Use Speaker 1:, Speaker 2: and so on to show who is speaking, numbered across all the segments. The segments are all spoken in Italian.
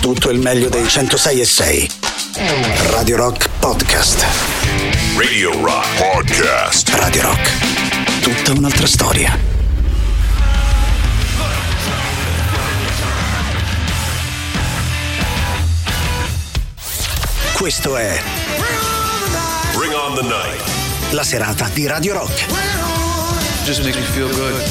Speaker 1: tutto il meglio dei 106.6. Radio Rock Podcast.
Speaker 2: Radio Rock Podcast.
Speaker 1: Radio Rock. Tutta un'altra storia. Questo è
Speaker 2: Bring on the night.
Speaker 1: la serata di Radio Rock.
Speaker 3: Just makes me feel good.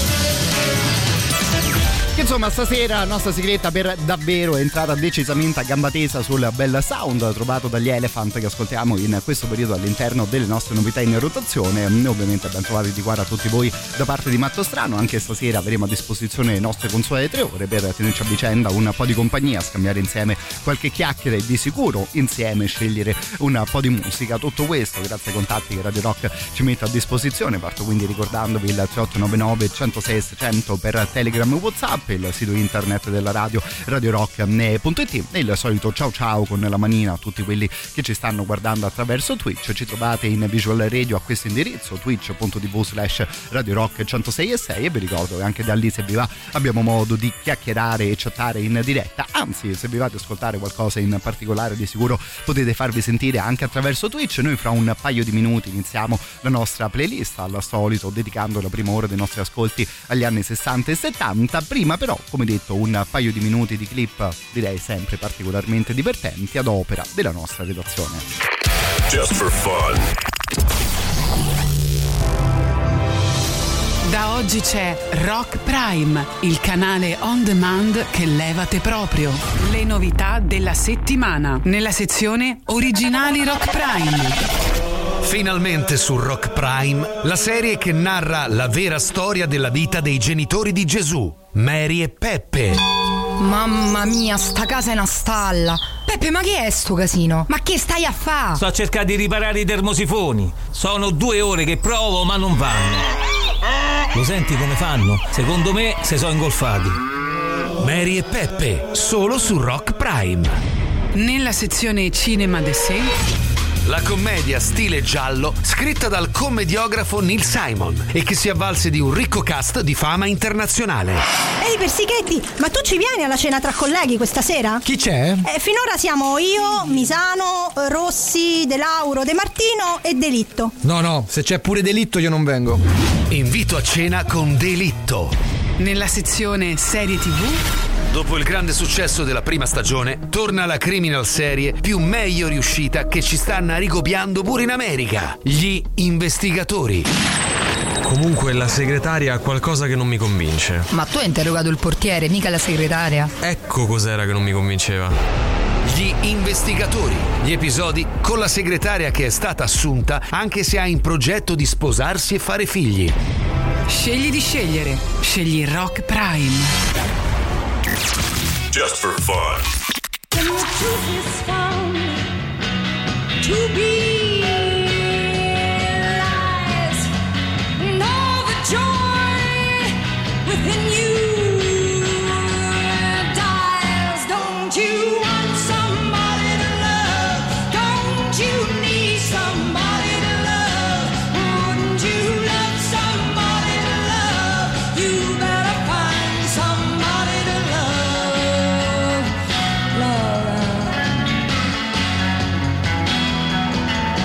Speaker 4: Insomma, stasera la nostra sigletta per davvero è entrata decisamente a gamba tesa sul bel sound trovato dagli Elephant che ascoltiamo in questo periodo all'interno delle nostre novità in rotazione. Ovviamente ben trovati di cuore a tutti voi da parte di Matto Strano. Anche stasera avremo a disposizione le nostre consuete 3 ore per tenerci a vicenda un po' di compagnia, scambiare insieme qualche chiacchiera e di sicuro insieme scegliere un po' di musica. Tutto questo grazie ai contatti che Radio Rock ci mette a disposizione. Parto quindi ricordandovi il 3899 106 600 per Telegram e WhatsApp, il sito internet della radio, radiorock.it, e il solito ciao ciao con la manina a tutti quelli che ci stanno guardando attraverso Twitch. Ci trovate in visual radio a questo indirizzo, twitch.tv/radiorock 106.6, e vi ricordo che anche da lì, se vi va, abbiamo modo di chiacchierare e chattare in diretta. Anzi, se vi va di ascoltare qualcosa in particolare, di sicuro potete farvi sentire anche attraverso Twitch. Noi fra un paio di minuti iniziamo la nostra playlist al solito, dedicando la prima ora dei nostri ascolti agli anni 60 e 70. Prima però, come detto, un paio di minuti di clip direi sempre particolarmente divertenti ad opera della nostra redazione.
Speaker 2: Just for fun.
Speaker 5: Da oggi c'è Rock Prime, il canale on demand che levate proprio. Le novità della settimana nella sezione Originali Rock Prime.
Speaker 6: Finalmente su Rock Prime, la serie che narra la vera storia della vita dei genitori di Gesù, Mary e Peppe.
Speaker 7: Mamma mia, sta casa è una stalla. Peppe, ma che è sto casino? Ma che stai a fa?
Speaker 8: Sto a cercare di riparare i termosifoni. Sono 2 ore che provo, ma non vanno. Lo senti come fanno? Secondo me se sono ingolfati.
Speaker 6: Mary e Peppe, solo su Rock Prime.
Speaker 5: Nella sezione Cinema d'Essai,
Speaker 6: la commedia stile giallo scritta dal commediografo Neil Simon e che si avvalse di un ricco cast di fama internazionale.
Speaker 7: Ehi Persichetti, ma tu ci vieni alla cena tra colleghi questa sera?
Speaker 9: Chi c'è?
Speaker 7: Finora siamo io, Misano, Rossi, De Lauro, De Martino e Delitto.
Speaker 9: No, se c'è pure Delitto io non vengo.
Speaker 6: Invito a cena con Delitto.
Speaker 5: nella sezione Serie TV.
Speaker 6: Dopo il grande successo della prima stagione, torna la criminal serie più meglio riuscita che ci stanno ricopiando pure in America: Gli Investigatori.
Speaker 10: Comunque la segretaria ha qualcosa che non mi convince.
Speaker 7: Ma tu hai interrogato il portiere, mica la segretaria.
Speaker 10: Ecco cos'era che non mi convinceva.
Speaker 6: Gli Investigatori, gli episodi con la segretaria che è stata assunta anche se ha in progetto di sposarsi e fare figli.
Speaker 5: Scegli di scegliere. Scegli Rock Prime.
Speaker 2: Just for fun.
Speaker 11: When the truth is found to be lies, and all the joy within you dies. Don't you want somebody to love? Don't you need somebody to love? Wouldn't you love somebody to love? You better find somebody to love, Laura.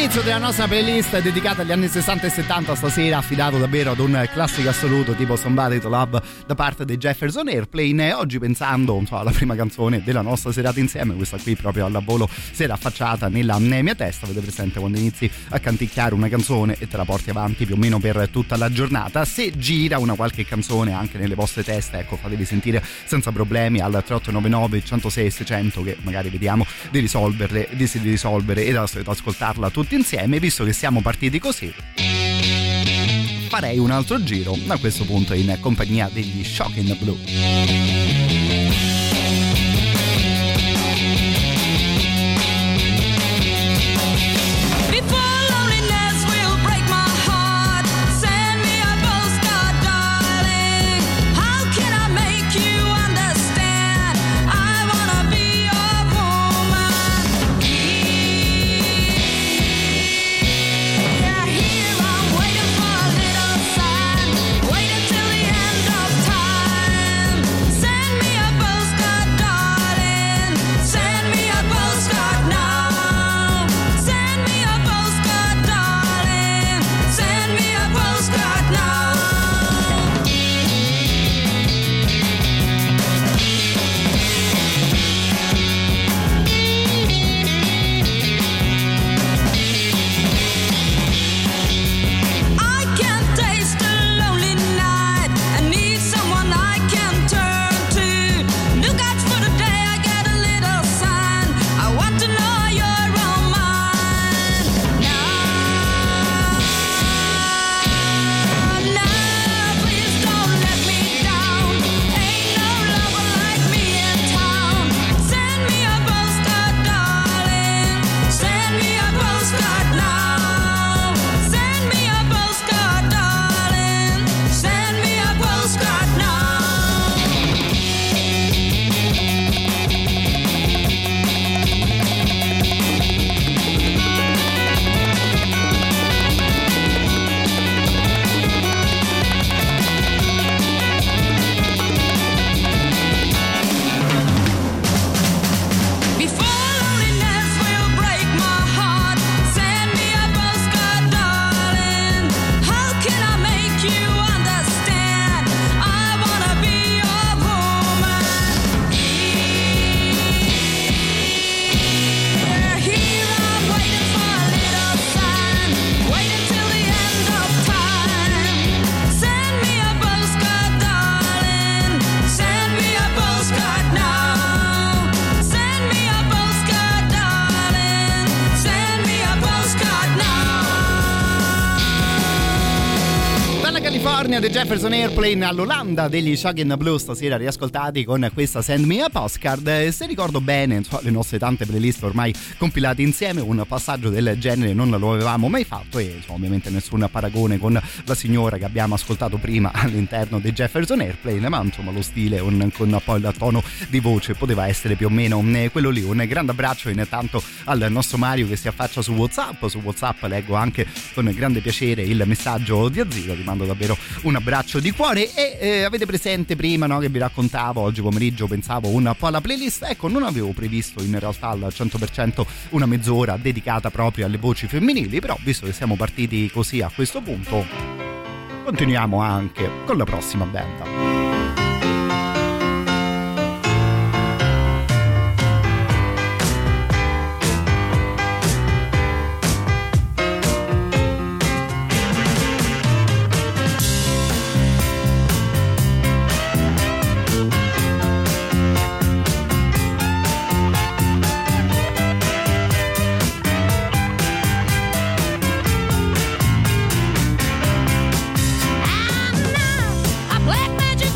Speaker 4: L'inizio della nostra playlist è dedicata agli anni 60 e 70, stasera affidato davvero ad un classico assoluto tipo Somebody to Love da parte dei Jefferson Airplane. Oggi pensando alla prima canzone della nostra serata insieme, questa qui proprio al volo si era affacciata nella mia testa. Avete presente quando inizi a canticchiare una canzone e te la porti avanti più o meno per tutta la giornata? Se gira una qualche canzone anche nelle vostre teste, ecco, fatevi sentire senza problemi al 3899 106 600, che magari vediamo di risolvere ed ascoltarla tutti insieme. Visto che siamo partiti così, farei un altro giro a questo punto in compagnia degli Shocking Blue. The Jefferson Airplane all'Olanda degli Shocking Blue, stasera riascoltati con questa Send Me a Postcard. Se ricordo bene, le nostre tante playlist ormai compilate insieme, un passaggio del genere non lo avevamo mai fatto, e ovviamente nessun paragone con la signora che abbiamo ascoltato prima all'interno dei Jefferson Airplane, ma lo stile con poi il tono di voce poteva essere più o meno quello lì. Un grande abbraccio intanto al nostro Mario che si affaccia su WhatsApp leggo anche con grande piacere il messaggio di Azziro, ti mando davvero un abbraccio di cuore. E avete presente prima, no, che vi raccontavo oggi pomeriggio, pensavo un po' alla playlist, ecco, non avevo previsto in realtà al 100% una mezz'ora dedicata proprio alle voci femminili, però visto che siamo partiti così a questo punto continuiamo anche con la prossima band.
Speaker 11: Black magic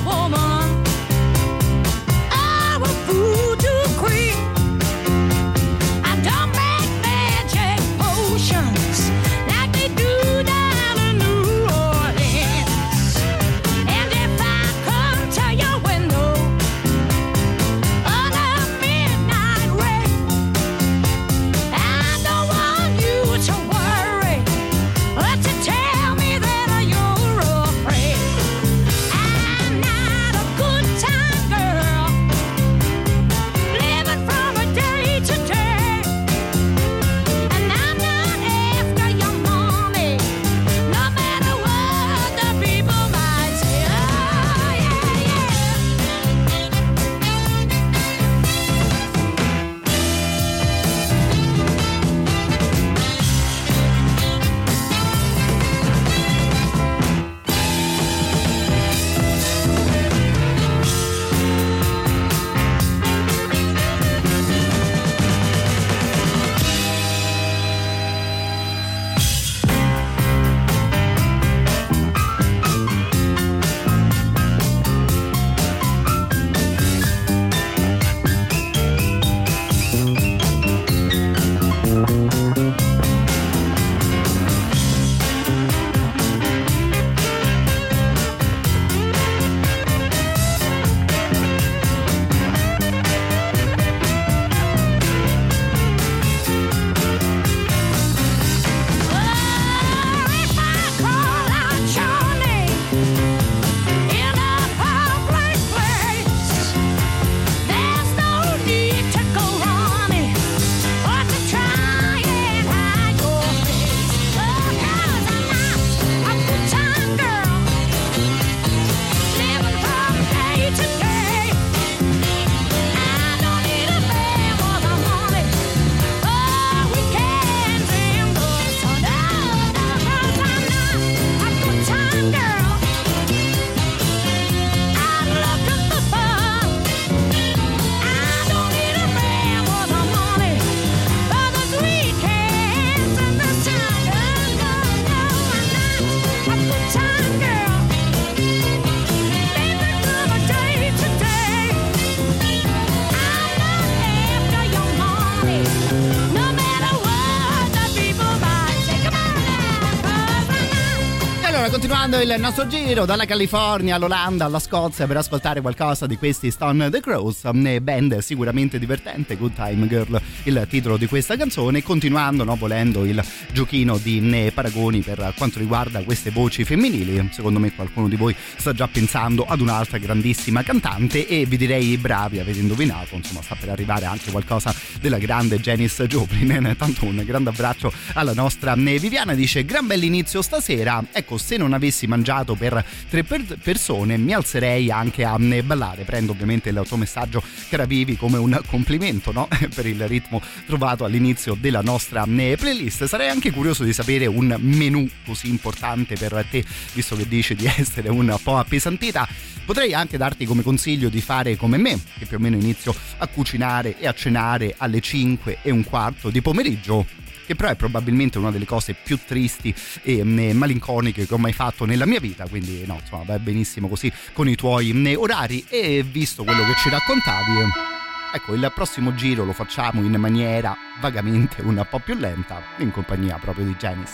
Speaker 4: Allora, continuando il nostro giro dalla California all'Olanda alla Scozia per ascoltare qualcosa di questi Stone the Crows, band sicuramente divertente, Good Time Girl il titolo di questa canzone, continuando, no, volendo il giochino di paragoni per quanto riguarda queste voci femminili. Secondo me qualcuno di voi sta già pensando ad un'altra grandissima cantante e vi direi bravi, avete indovinato, insomma sta per arrivare anche qualcosa della grande Janis Joplin. Tanto un grande abbraccio alla nostra Viviana, dice gran bell'inizio stasera, ecco, se non avessi mangiato per 3 persone mi alzerei anche a ballare. Prendo ovviamente il tuo messaggio, cara Vivi, come un complimento, no? Per il ritmo trovato all'inizio della nostra playlist. Sarei anche curioso di sapere un menù così importante per te, visto che dici di essere un po' appesantita. Potrei anche darti come consiglio di fare come me, che più o meno inizio a cucinare e a cenare alle 5:15 di pomeriggio, che però è probabilmente una delle cose più tristi e malinconiche che ho mai fatto nella mia vita, quindi no, insomma, va benissimo così con i tuoi orari. E visto quello che ci raccontavi, ecco, il prossimo giro lo facciamo in maniera vagamente un po' più lenta, in compagnia proprio di Janis.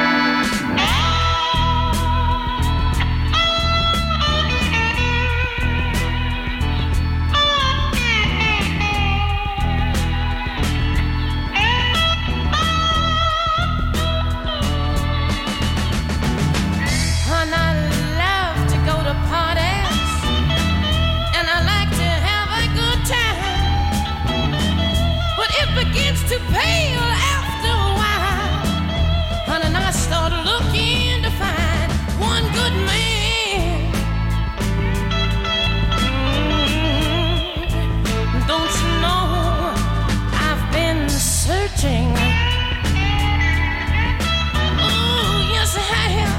Speaker 11: To pale after a while, and I started looking to find one good man. Don't you know I've been searching? Oh, yes I have.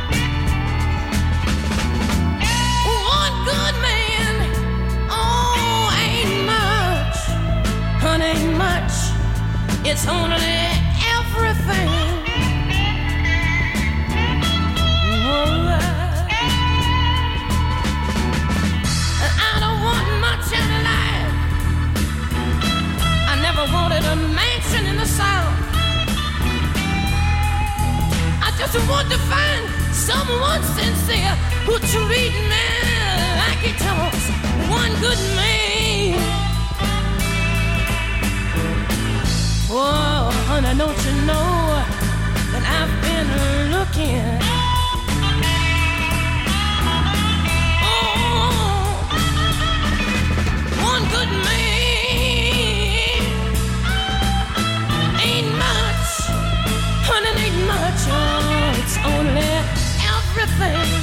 Speaker 11: One good man, oh, ain't much, honey, ain't much. It's only everything. Oh, I don't want much in life. I never wanted a mansion in the South. I just want to find someone sincere who treat me like he talks. One good man. Oh, honey, don't you know that I've been looking? Oh, one good man ain't much, honey, ain't much. Oh, it's only everything.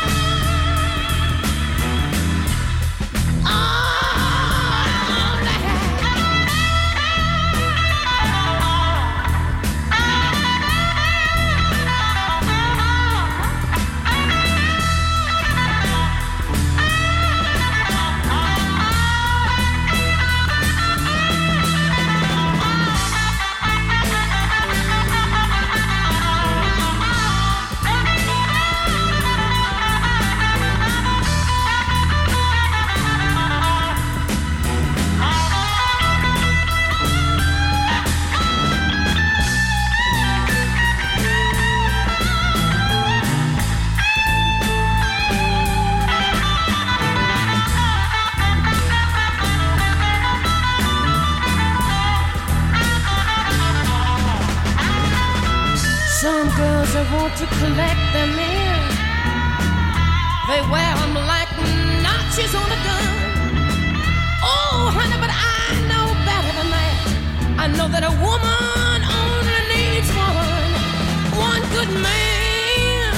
Speaker 11: To collect them in, they wear them like notches on a gun. Oh, honey, but I know better than that. I know that a woman only needs one good man.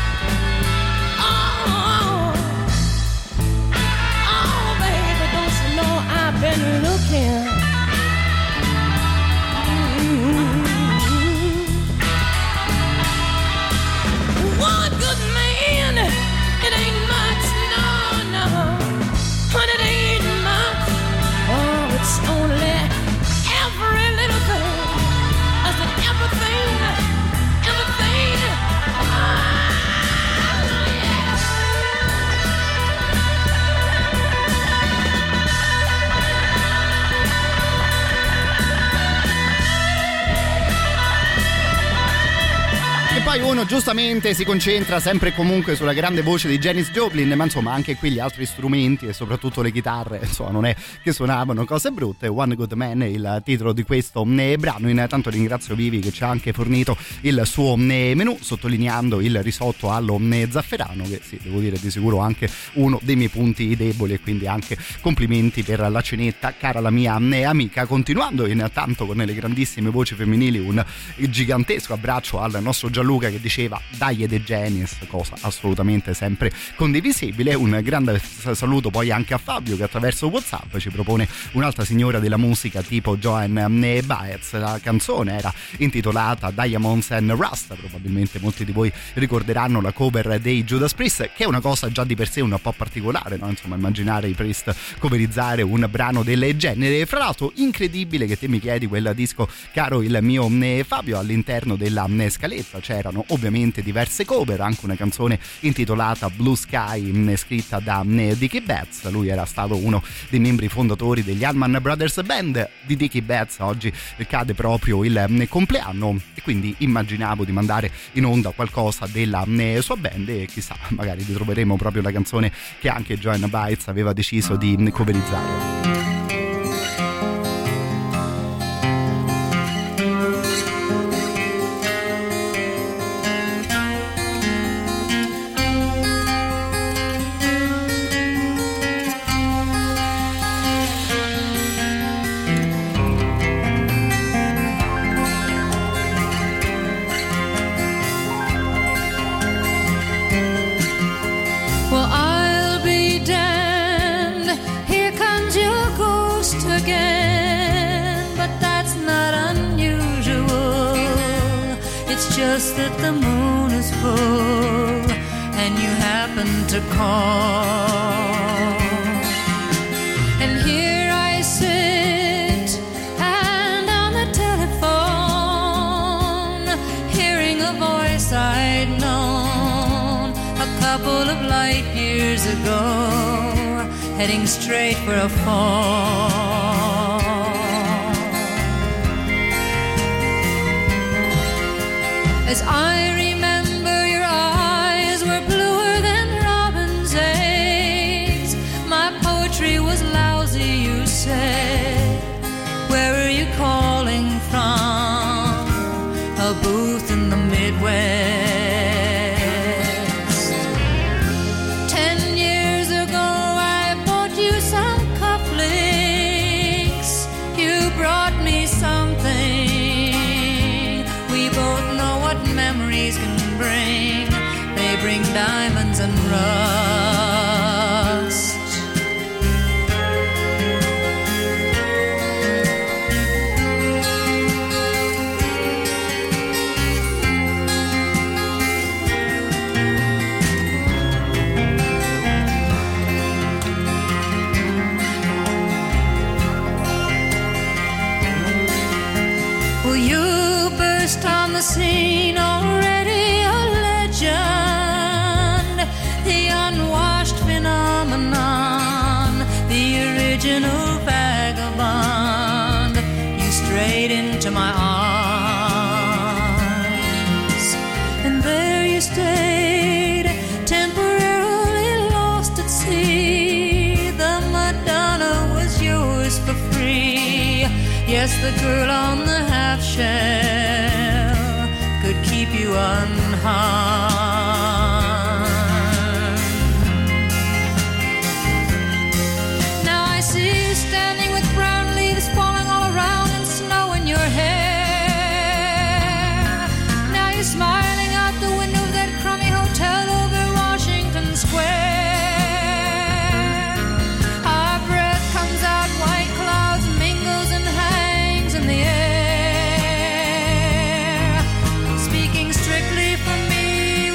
Speaker 11: Oh, oh, baby, don't you know I've been looking? One good man, it ain't much, no, no, but it ain't much. Oh, it's only every little thing.
Speaker 4: poi uno giustamente si concentra sempre e comunque sulla grande voce di Janis Joplin, ma insomma anche qui gli altri strumenti e soprattutto le chitarre, insomma non è che suonavano cose brutte. One Good Man è il titolo di questo brano. Intanto ringrazio Vivi che ci ha anche fornito il suo menù, sottolineando il risotto allo zafferano, che sì, devo dire di sicuro anche uno dei miei punti deboli, e quindi anche complimenti per la cenetta, cara la mia amica. Continuando intanto con le grandissime voci femminili, un gigantesco abbraccio al nostro Gianluca che diceva dai De Genius, cosa assolutamente sempre condivisibile. Un grande saluto poi anche a Fabio che attraverso WhatsApp ci propone un'altra signora della musica tipo Joan Baez. La canzone era intitolata Diamonds and Rust, probabilmente molti di voi ricorderanno la cover dei Judas Priest, che è una cosa già di per sé un po' particolare, no? Insomma, immaginare i Priest coverizzare un brano del genere. Fra l'altro incredibile che te mi chiedi quel disco, caro il mio Fabio. All'interno della scaletta c'erano ovviamente diverse cover, anche una canzone intitolata Blue Sky scritta da Dickie Betts. Lui era stato uno dei membri fondatori degli Allman Brothers Band. Di Dickie Betts oggi cade proprio il compleanno e quindi immaginavo di mandare in onda qualcosa della sua band, e chissà, magari ritroveremo proprio la canzone che anche Joan Baez aveva deciso di coverizzare.
Speaker 11: Just that the moon is full and you happen to call, and here I sit and on the telephone hearing a voice I'd known a couple of light years ago, heading straight for a fall. As I remember, your eyes were bluer than robin's eggs. My poetry was lousy, you said. Where are you calling from? A booth in the Midwest. 10 years ago I bought you some cufflinks. You brought me something. We both know what memories can bring. They bring diamonds and rust. Well, you burst on the scene, already a legend, the unwashed phenomenon, the original vagabond. You strayed into my arms, and there you stayed, temporarily lost at sea. The Madonna was yours for free. Yes, the girl on the half shell could keep you unharmed. Now I see you standing with brown leaves falling all around and snow in your hair. Now you're smiling out the window of that crummy hotel over Washington Square. Our breath comes out, white clouds mingles and hangs in the air. Speaking strictly for me,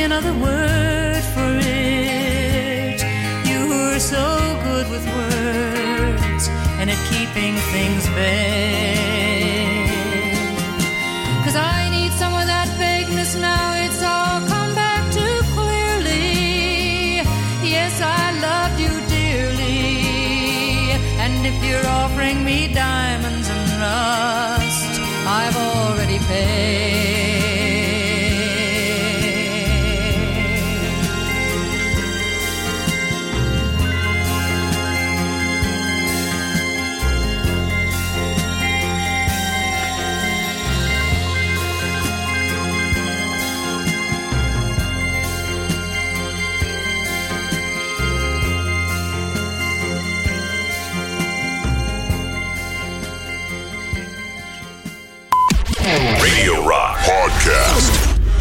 Speaker 11: another word for it. You were so good with words and at keeping things vague. 'Cause I need some of that vagueness now, it's all come back too clearly. Yes, I loved you dearly, and if you're offering me diamonds and rust, I've already paid.
Speaker 2: Radio Rock Podcast.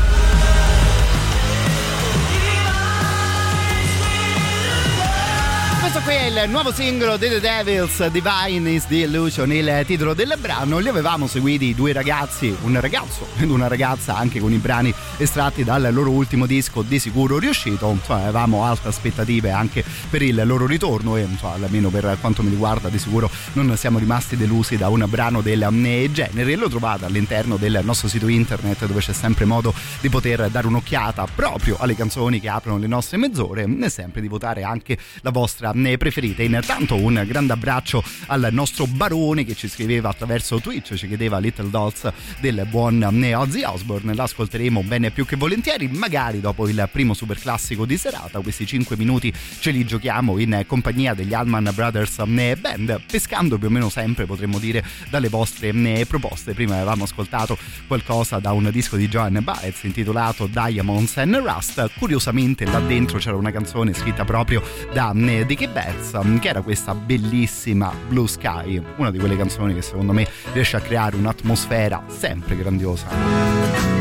Speaker 4: Questo qui è il nuovo singolo dei The Devils, Divine is the Illusion, il titolo del brano. Li avevamo seguiti due ragazzi, un ragazzo ed una ragazza, anche con i brani estratti dal loro ultimo disco, di sicuro riuscito. Insomma, avevamo alte aspettative anche per il loro ritorno e insomma, almeno per quanto mi riguarda di sicuro non siamo rimasti delusi da un brano del genere. Lo trovate all'interno del nostro sito internet, dove c'è sempre modo di poter dare un'occhiata proprio alle canzoni che aprono le nostre mezz'ore e sempre di votare anche la vostra preferite. Intanto un grande abbraccio al nostro Barone che ci scriveva attraverso Twitch, ci chiedeva Little Dolls del buon Ozzy Osbourne. L'ascolteremo bene più che volentieri, magari dopo il primo super classico di serata. Questi 5 minuti ce li giochiamo in compagnia degli Allman Brothers Band, pescando più o meno sempre, potremmo dire, dalle vostre proposte. Prima avevamo ascoltato qualcosa da un disco di Joan Baez intitolato Diamonds and Rust. Curiosamente là dentro c'era una canzone scritta proprio da Dickie Betts, che era questa bellissima Blue Sky, una di quelle canzoni che secondo me riesce a creare un'atmosfera sempre grandiosa.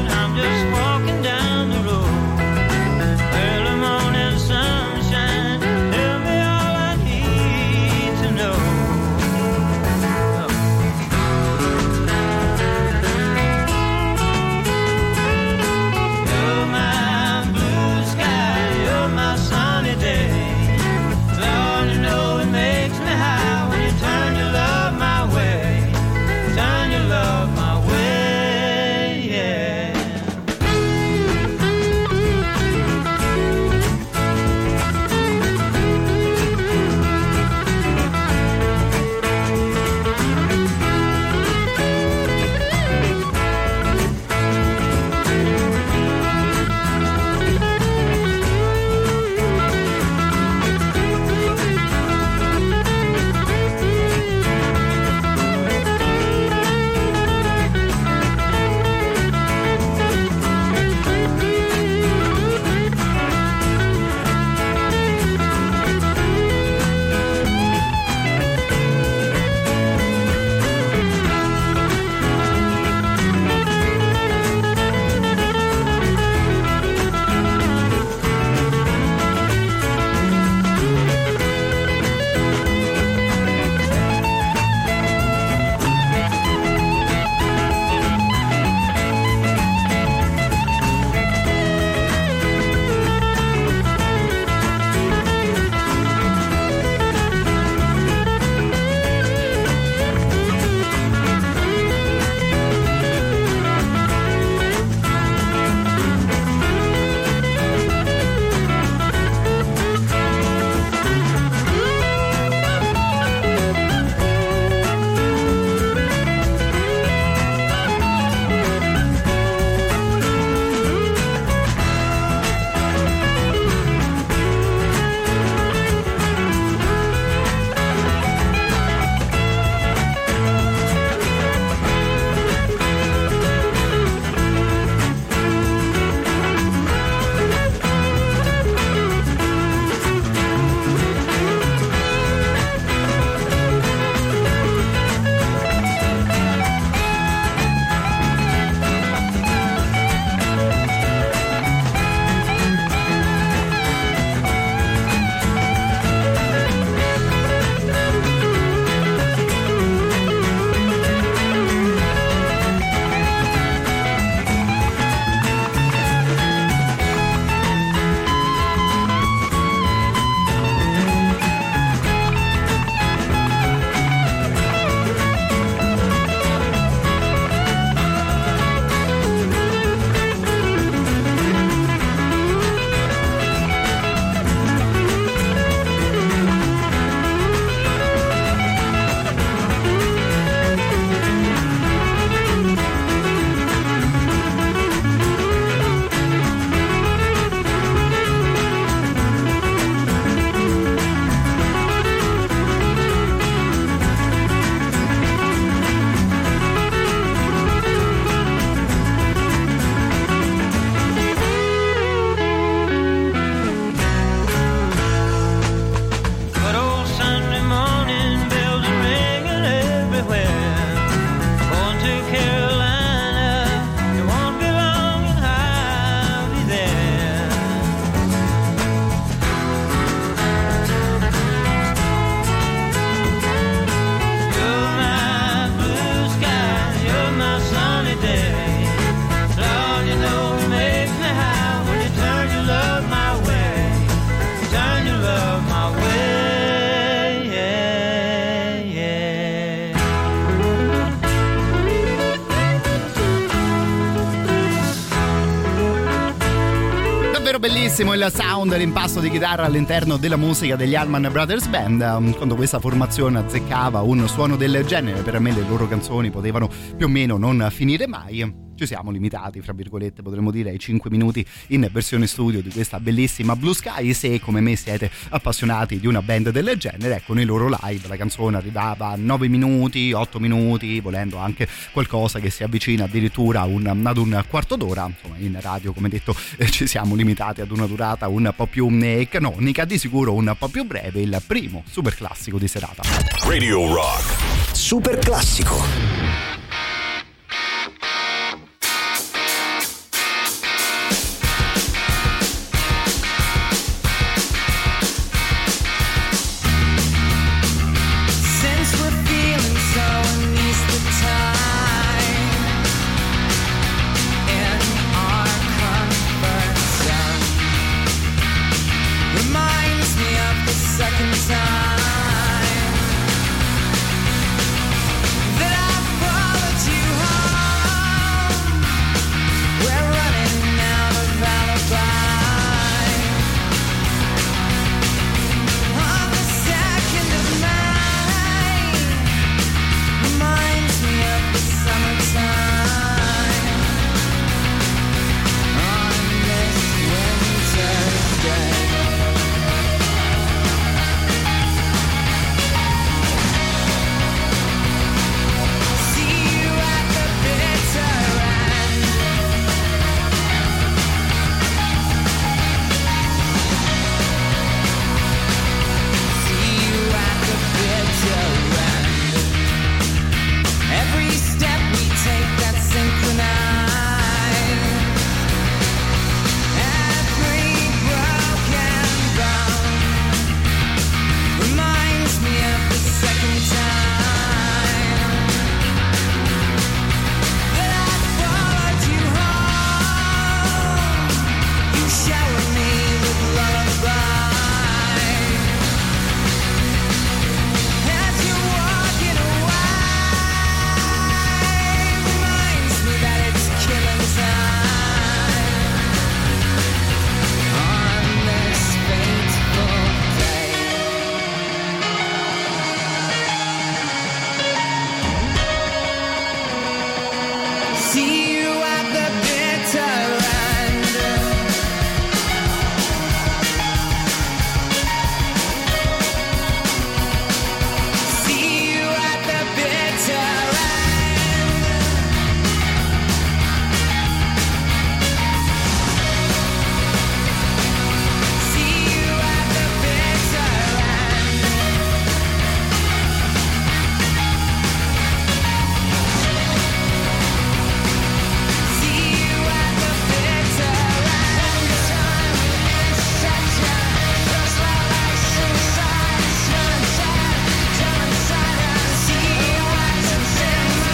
Speaker 11: Walking down the road, early morning sunshine
Speaker 4: Bellissimo il sound, l'impasto di chitarra all'interno della musica degli Allman Brothers Band. Quando questa formazione azzeccava un suono del genere, per me le loro canzoni potevano più o meno non finire mai. Ci siamo limitati, fra virgolette, potremmo dire, ai 5 minuti in versione studio di questa bellissima Blue Sky. Se come me siete appassionati di una band del genere, ecco, nei loro live la canzone arrivava a 9 minuti, 8 minuti, volendo anche qualcosa che si avvicina addirittura ad un quarto d'ora. Insomma, in radio, come detto, ci siamo limitati ad una durata un po' più canonica, di sicuro un po' più breve, il primo super classico di serata.
Speaker 2: Radio Rock
Speaker 1: Super classico.
Speaker 11: Second time that I followed you home. We're running out of alibi. On the 2nd of May, reminds me of the summertime. On this winter's day. Every step we take that's synchronized. Every broken bone reminds me of the second time that I followed you home. You showered me with lullaby. As you're walking away, reminds me that it's killing time on this fateful day. See you at the bitter end. See you at the bitter end. See you at the bitter end. See you at the bitter end. Time intersection, just like suicide. Come inside, come inside. See you at the bitter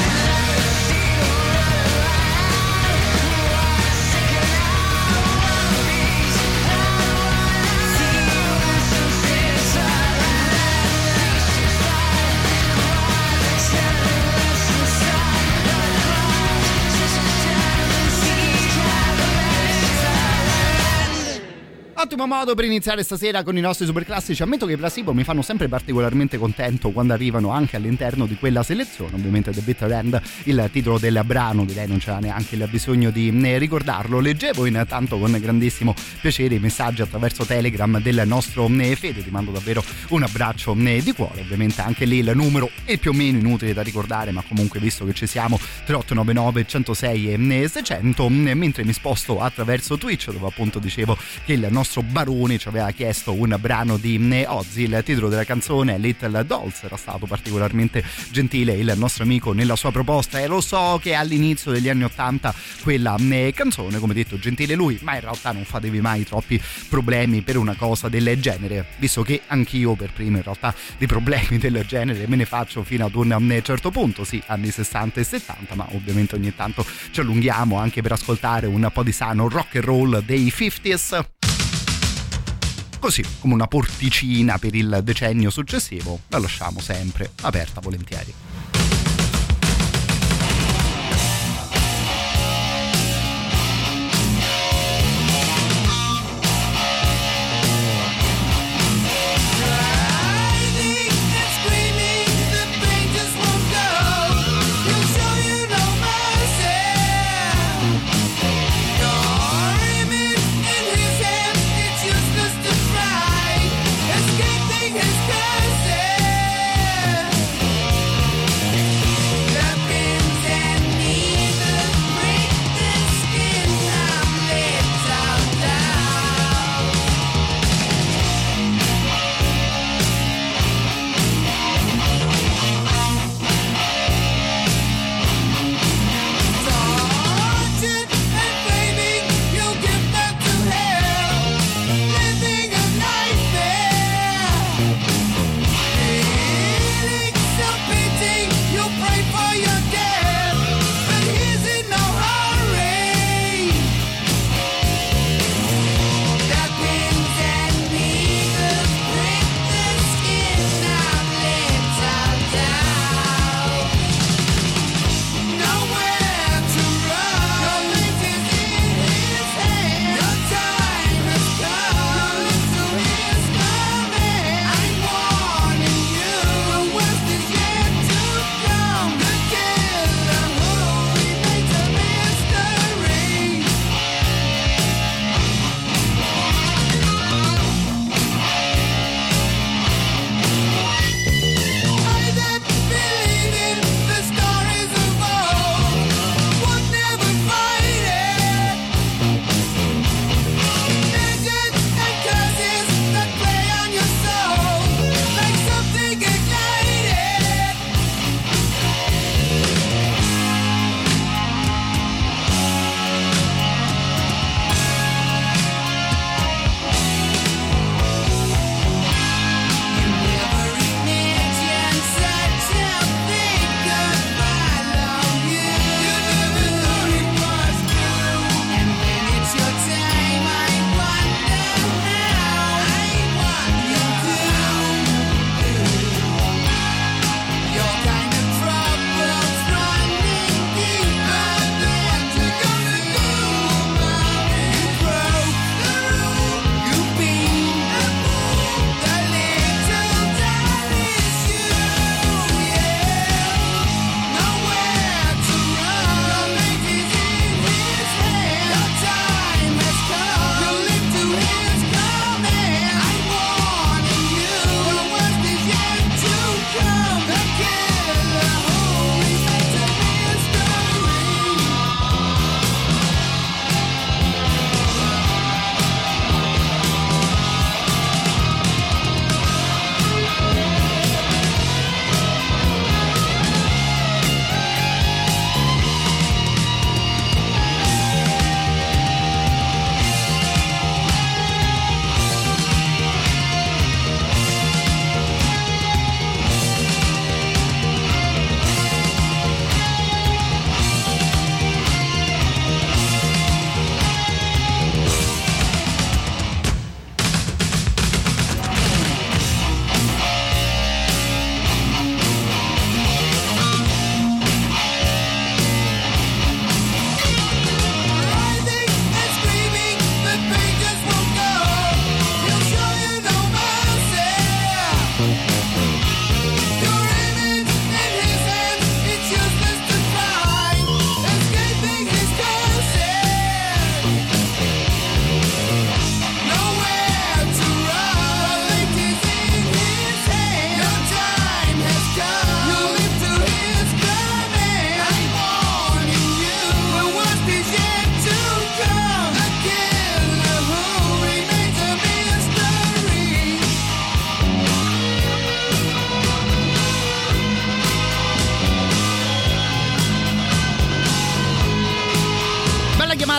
Speaker 4: Ottimo modo per iniziare stasera con i nostri super classici. Ammetto che i Placebo mi fanno sempre particolarmente contento quando arrivano anche all'interno di quella selezione. Ovviamente The Bitter End, il titolo del brano, direi non c'era neanche il bisogno di ricordarlo. Leggevo intanto con grandissimo piacere i messaggi attraverso Telegram del nostro Fede. Ti mando davvero un abbraccio di cuore. Ovviamente anche lì il numero è più o meno inutile da ricordare, ma comunque visto che ci siamo, 3899 106 e 600. Mentre mi sposto attraverso Twitch, dove appunto dicevo che il nostro Barone ci aveva chiesto un brano di Ozzy. Il titolo della canzone è Little Dolls. Era stato particolarmente gentile il nostro amico nella sua proposta, e lo so che all'inizio degli anni 80 quella canzone, come detto, gentile lui, ma in realtà non fatevi mai troppi problemi per una cosa del genere, visto che anch'io per primo in realtà di problemi del genere me ne faccio fino ad un certo punto, sì, anni 60 e 70, ma ovviamente ogni tanto ci allunghiamo anche per ascoltare un po' di sano rock and roll dei 50s. Così, come una porticina per il decennio successivo, la lasciamo sempre aperta volentieri.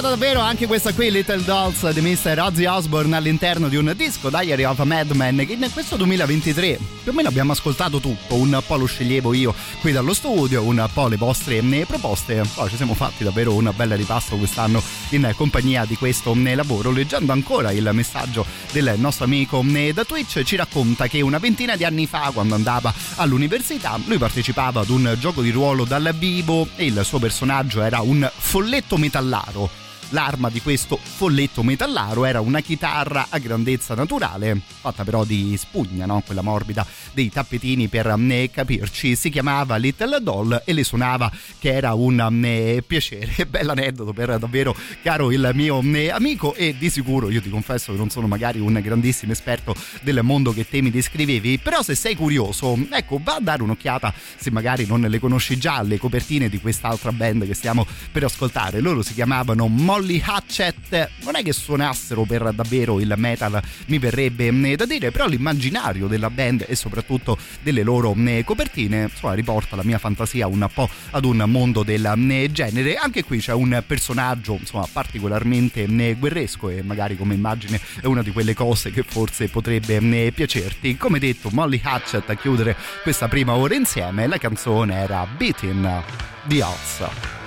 Speaker 4: suonata davvero anche questa qui, Little Dolls di Mr. Ozzy Osbourne, all'interno di un disco Diary of a Madman, che in questo 2023 più o meno abbiamo ascoltato tutto, un po' lo sceglievo io qui dallo studio, un po' le vostre proposte, poi ci siamo fatti davvero un bel ripasso quest'anno in compagnia di questo lavoro. Leggendo ancora il messaggio del nostro amico da Twitch, ci racconta che una ventina di anni fa, quando andava all'università, lui partecipava ad un gioco di ruolo dal vivo e il suo personaggio era un folletto metallaro. L'arma di questo folletto metallaro era una chitarra a grandezza naturale, fatta però di spugna, no? Quella morbida dei tappetini per capirci. Si chiamava Little Doll e le suonava che era un piacere. Bell'aneddoto per davvero caro il mio amico, e di sicuro io ti confesso che non sono magari un grandissimo esperto del mondo che te mi descrivevi, però se sei curioso, ecco, va a dare un'occhiata se magari non le conosci già, le copertine di quest'altra band che stiamo per ascoltare. Loro si chiamavano Molly Hatchet. Non è che suonassero per davvero il metal, mi verrebbe da dire, però l'immaginario della band e soprattutto delle loro copertine, insomma, riporta la mia fantasia un po' ad un mondo del genere. Anche qui c'è un personaggio, insomma, particolarmente guerresco, e magari come immagine è una di quelle cose che forse potrebbe piacerti. Come detto, Molly Hatchet a chiudere questa prima ora insieme. La canzone era Beating the Odds.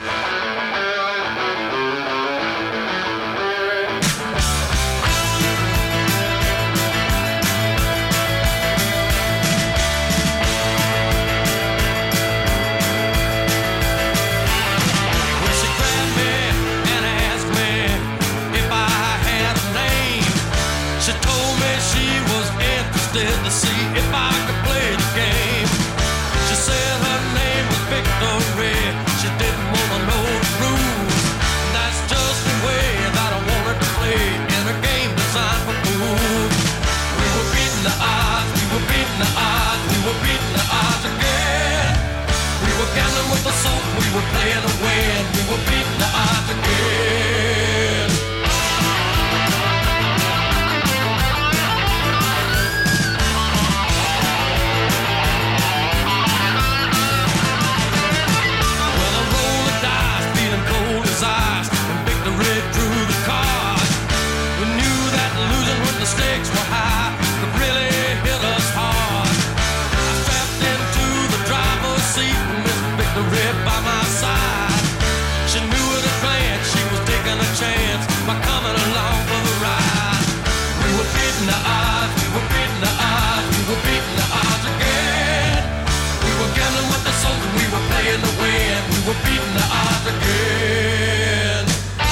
Speaker 12: To see if I could play the game. She said her name was Victory. She didn't wanna know the rules. That's just the way that I wanted to play in a game designed for fools. We were beating the odds, we were beating the odds, we were beating the odds again. We were gambling with the soul, we were playing to win. We were beating the odds again. The stakes were high, could really hit us hard. I strapped into the driver's seat and Miss Victory by my side. She knew at a glance she was taking a chance by coming along for the ride. We were beating the odds, we were beating the odds, we were beating the odds again. We were gambling with the souls and we were playing to win. We were beating the odds again.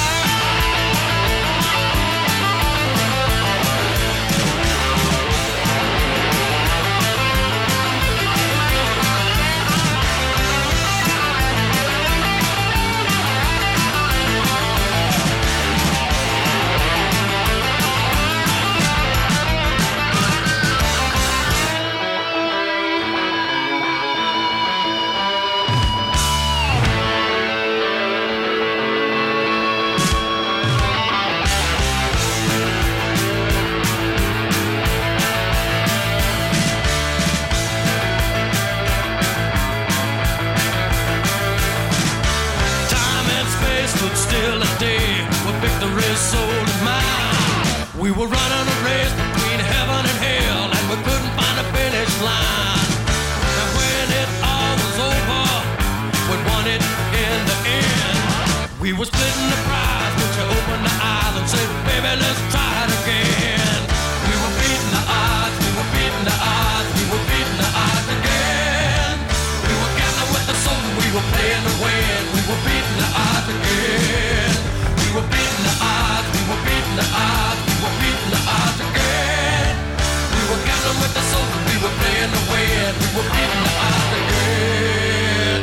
Speaker 12: Still a day where victory's soul is mine. We were running a race between heaven and hell, and we couldn't find a finish line. And when it all was over, we won it in the end. We were splitting the prize when she opened the eyes and said, baby, let's try it again. We were beating the odds, we were beating the odds, we were beating the odds again. We were gambling with the soul, we were playing to win. We were beating the odds again. We were beating the odds, we were beating the odds, we were beating the odds again. We were gambling with the soul, we were playing to win. We were beating the odds again.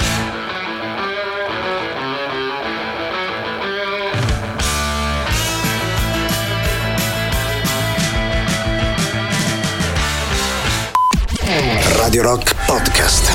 Speaker 1: Radio Rock Podcast.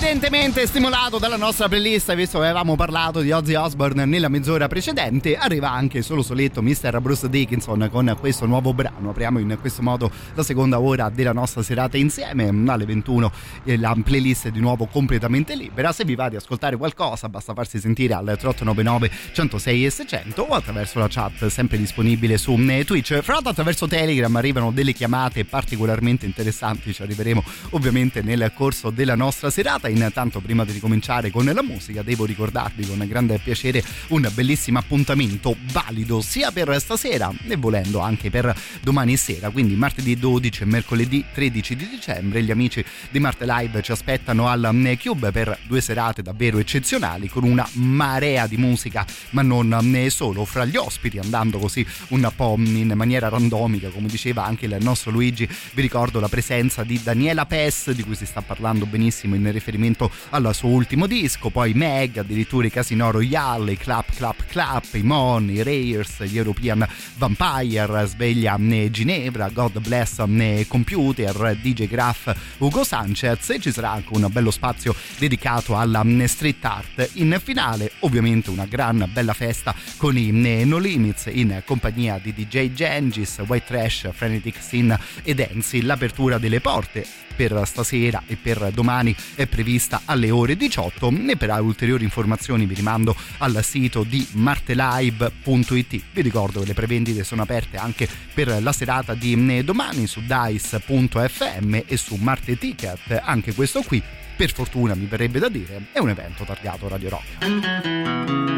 Speaker 4: Evidentemente stimolato dalla nostra playlist, visto che avevamo parlato di Ozzy Osbourne nella mezz'ora precedente, arriva anche solo soletto Mr. Bruce Dickinson con questo nuovo brano. Apriamo in questo modo la seconda ora della nostra serata insieme. Alle 21 la playlist è di nuovo completamente libera. Se vi va di ascoltare qualcosa basta farsi sentire al 3899 106 e 600 o attraverso la chat sempre disponibile su Twitch. Fra l'altro attraverso Telegram arrivano delle chiamate particolarmente interessanti, ci arriveremo ovviamente nel corso della nostra serata. Intanto, prima di ricominciare con la musica, devo ricordarvi con grande piacere un bellissimo appuntamento valido sia per stasera e volendo anche per domani sera, quindi martedì 12 e mercoledì 13 di dicembre. Gli amici di Marte Live ci aspettano al Cube per 2 serate davvero eccezionali, con una marea di musica, ma non solo. Fra gli ospiti, andando così un po' in maniera randomica, come diceva anche il nostro Luigi, vi ricordo la presenza di Daniela Pes, di cui si sta parlando benissimo in riferimento al suo ultimo disco, poi Meg, addirittura i Casino Royale, i Clap, i Mon, i Rayers, gli European Vampire, Sveglia Ginevra, God Bless Computer, DJ Graf, Ugo Sanchez, e ci sarà anche un bello spazio dedicato alla street art. In finale ovviamente una gran bella festa con i No Limits in compagnia di DJ Gengis, White Trash, Frenetic Sin e Dancy. L'apertura delle porte per stasera e per domani è prevista alle ore 18 e per ulteriori informazioni vi rimando al sito di martelive.it. Vi ricordo che le prevendite sono aperte anche per la serata di domani su dice.fm e su Marte Ticket. Anche questo qui, per fortuna mi verrebbe da dire, è un evento targato Radio Rock.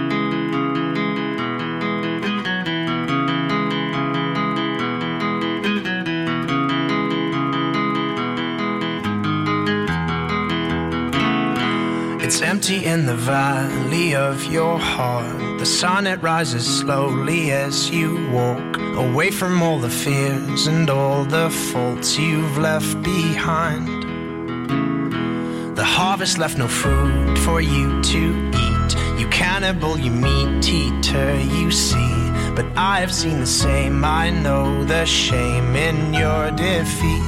Speaker 13: It's empty in the valley of your heart. The sun, it rises slowly as you walk away from all the fears and all the faults you've left behind. The harvest left no food for you to eat. You cannibal, you meat eater, you see. But I have seen the same, I know the shame in your defeat.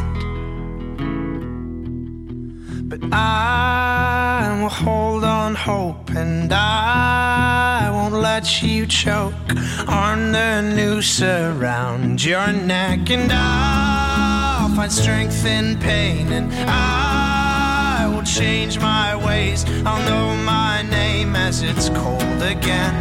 Speaker 13: But I will hold on hope, and I won't let you choke on the noose around your neck. And I'll find strength in pain, and I will change my ways. I'll know my name as it's cold again.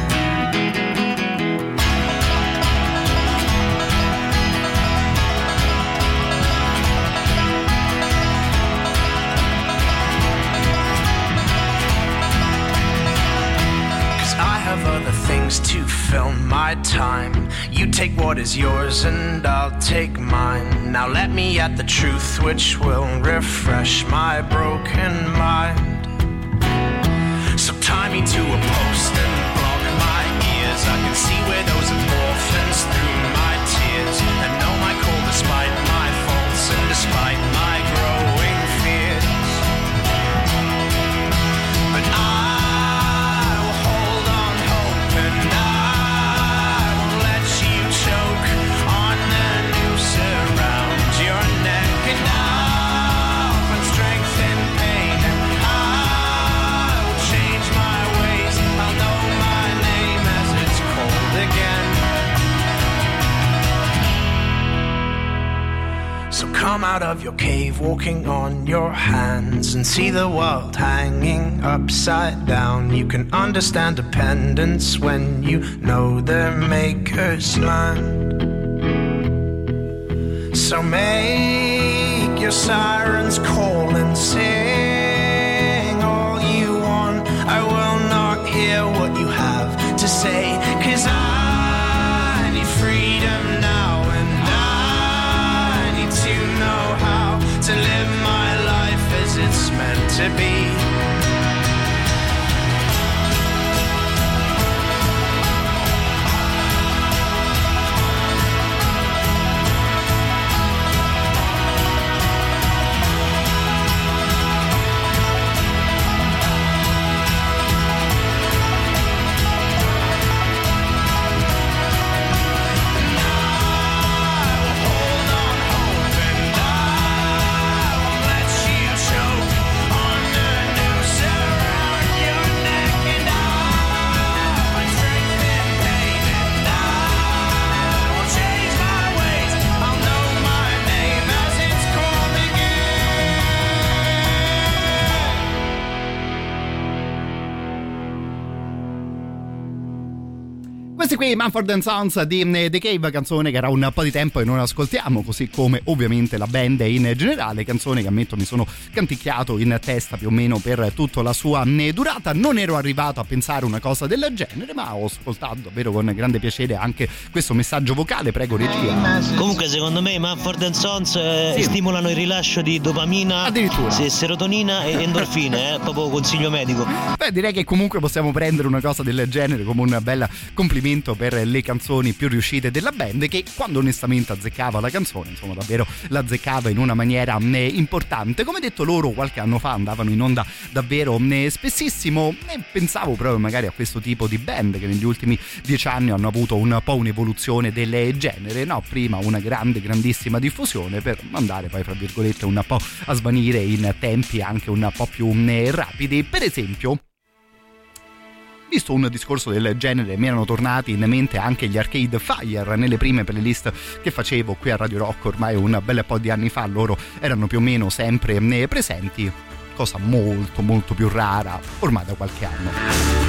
Speaker 13: 'Cause I have other things to fill my time. You take what is yours and I'll take mine. Now let me at the truth which will refresh my broken mind. So tie me to a post and block my ears. I can see widows of orphans through my tears, and know my call despite my faults and despite my growing fears. But I will hold on hope, and I won't let you choke on the noose around your neck. And I'll find strength in pain, and I will change my ways. I'll know my name as it's cold again. So come out of your cave walking on your hands and see the world hanging upside down. You can understand dependence when you know the maker's land. So make your sirens call and sing all you want. I will not hear what you have to say, 'cause I need freedom now, and I need to know how to live my life as it's meant to be. Let you choke on the
Speaker 4: Questi qui Mumford & Sons di The Cave, canzone che era un po' di tempo che non ascoltiamo, così come ovviamente la band in generale, canzone che ammetto mi sono canticchiato in testa più o meno per tutta la sua durata. Non ero arrivato a pensare una cosa del genere, ma ho ascoltato davvero con grande piacere anche questo messaggio vocale. Prego regia.
Speaker 14: Comunque secondo me Mumford & Sons stimolano il rilascio di dopamina, serotonina e endorfine, proprio consiglio medico.
Speaker 4: Beh, direi che comunque possiamo prendere una cosa del genere come un bel complimento per le canzoni più riuscite della band, che quando onestamente azzeccava la canzone, insomma davvero la azzeccava in una maniera importante. Come detto, loro qualche anno fa andavano in onda davvero spessissimo, e pensavo proprio magari a questo tipo di band che negli ultimi 10 anni hanno avuto un po' un'evoluzione del genere, no? Prima una grandissima diffusione per andare poi fra virgolette un po' a svanire in tempi anche un po' più rapidi. Per esempio, visto un discorso del genere, mi erano tornati in mente anche gli Arcade Fire nelle prime playlist che facevo qui a Radio Rock ormai un bel po' di anni fa. Loro erano più o meno sempre presenti, cosa molto più rara ormai da qualche anno.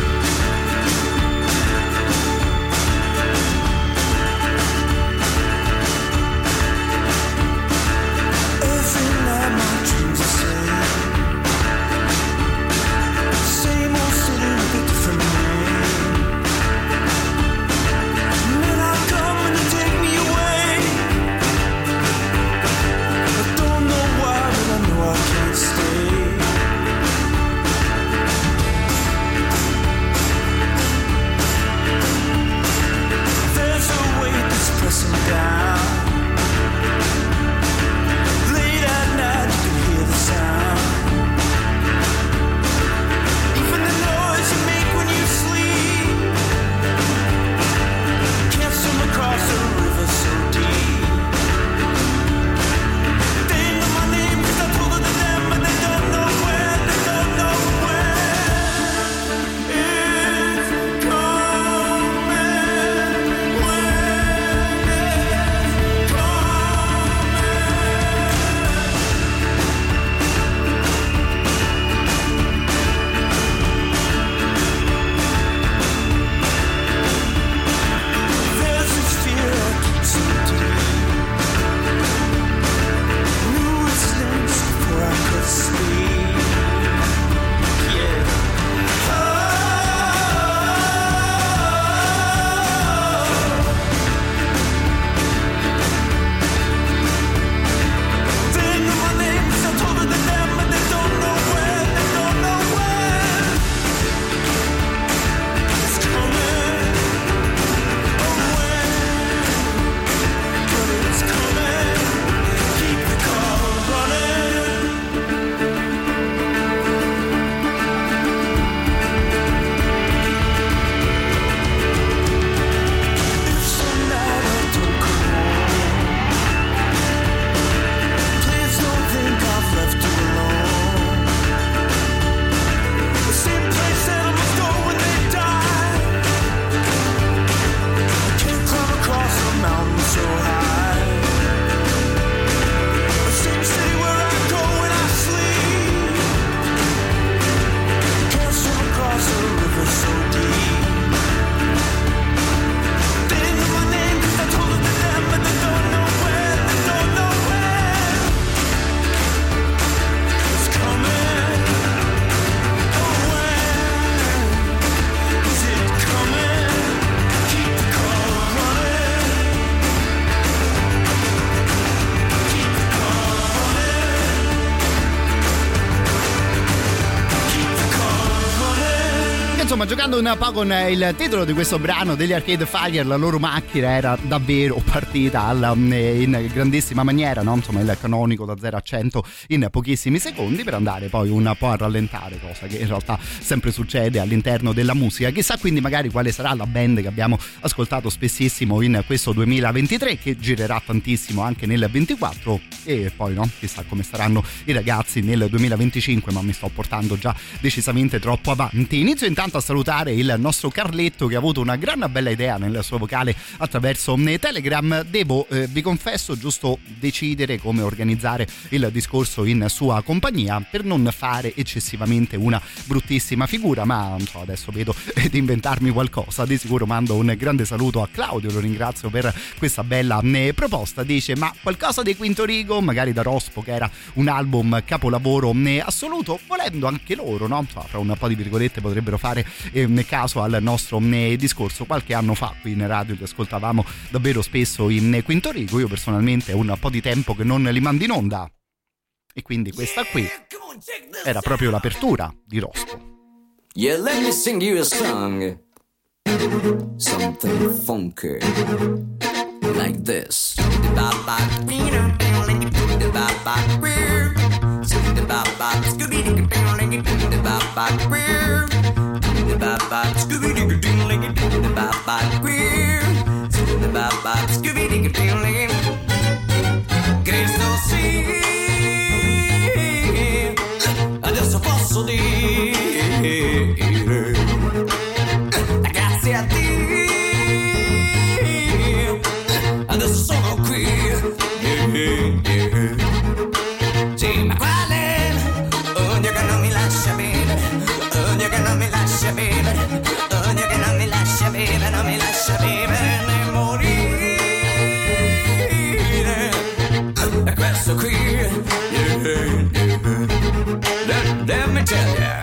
Speaker 4: Insomma, giocando un po' con il titolo di questo brano degli Arcade Fire, la loro macchina era davvero partita in grandissima maniera, no? Insomma, il canonico da 0 a 100 in pochissimi secondi, per andare poi un po' a rallentare, cosa che in realtà sempre succede all'interno della musica. Chissà quindi magari quale sarà la band che abbiamo ascoltato spessissimo in questo 2023, che girerà tantissimo anche nel 24, e poi no, chissà come saranno i ragazzi nel 2025, ma mi sto portando già decisamente troppo avanti. Inizio intanto intanto a salutare il nostro Carletto, che ha avuto una gran bella idea nel suo vocale attraverso Telegram. Devo, vi confesso, giusto decidere come organizzare il discorso in sua compagnia per non fare eccessivamente una bruttissima figura, ma non so, adesso vedo di inventarmi qualcosa. Di sicuro mando un grande saluto a Claudio, lo ringrazio per questa bella proposta. Dice: ma qualcosa di Quinto Rigo, magari da Rospo, che era un album capolavoro assoluto, volendo anche loro, no? Fra un po' di virgolette potrebbero fare caso al nostro discorso. Qualche anno fa qui in radio li ascoltavamo davvero spesso in Quinto Rigo. Io personalmente è un po' di tempo che non li mando in onda, e quindi questa qui era proprio l'apertura di Rospo.
Speaker 15: Yeah, let me sing you a song, something funky, like this. Cristo sì, adesso posso dire grazie a Dio, adesso sono qui. Sì, ma quale? Un Dio che non mi lascia vivere, un Dio che non mi lascia vivere, un Dio che non mi lascia vivere, non mi lascia vivere né morire. E questo qui, let me tell ya,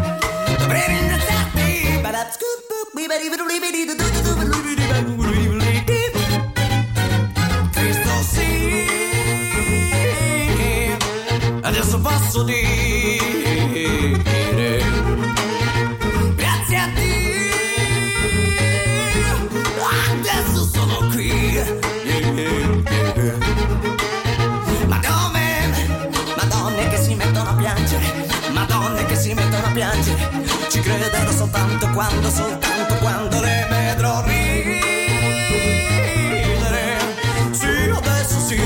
Speaker 15: Cristo sì, adesso posso dire grazie a Dio, adesso sono qui. Madonne che si mettono a piangere, Madonne che si mettono a piangere, ci crederò soltanto quando le vedrò ridere. Sì, adesso sì.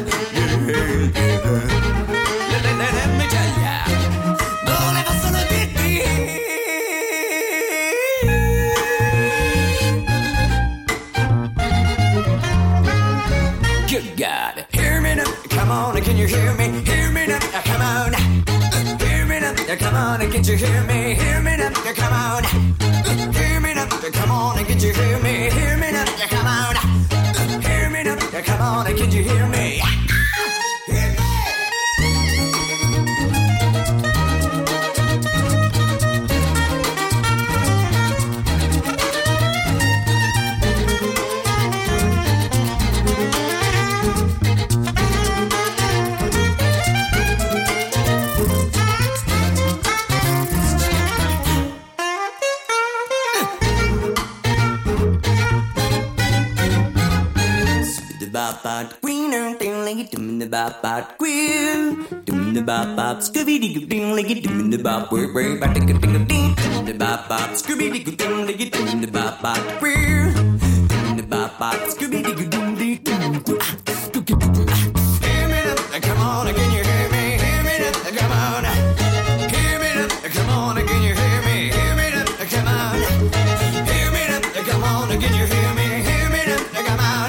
Speaker 15: Let me tell ya, volevo solo dirti good God, hear me now, come on, can you hear me? Hear me now, come on. Hear me now, come on, can't you hear me? Hear me now, come on. Hear me now, come on, can't you hear me? Hear me now, come on. Hear me now, come on, can't you hear me? Bop greener thing like it doom the bop queer doom the bop scooby doo ding like it doom the bop we're back to ding ding the bop scooby doo ding like it doom the bop queer doom the bop scooby doo ding ding. Hear me now, come on, can you hear me? Hear me now, come on. Hear me now, come on, can you hear me? Hear me now, come on. Hear me now, come on, can you hear me? Hear me now, come on.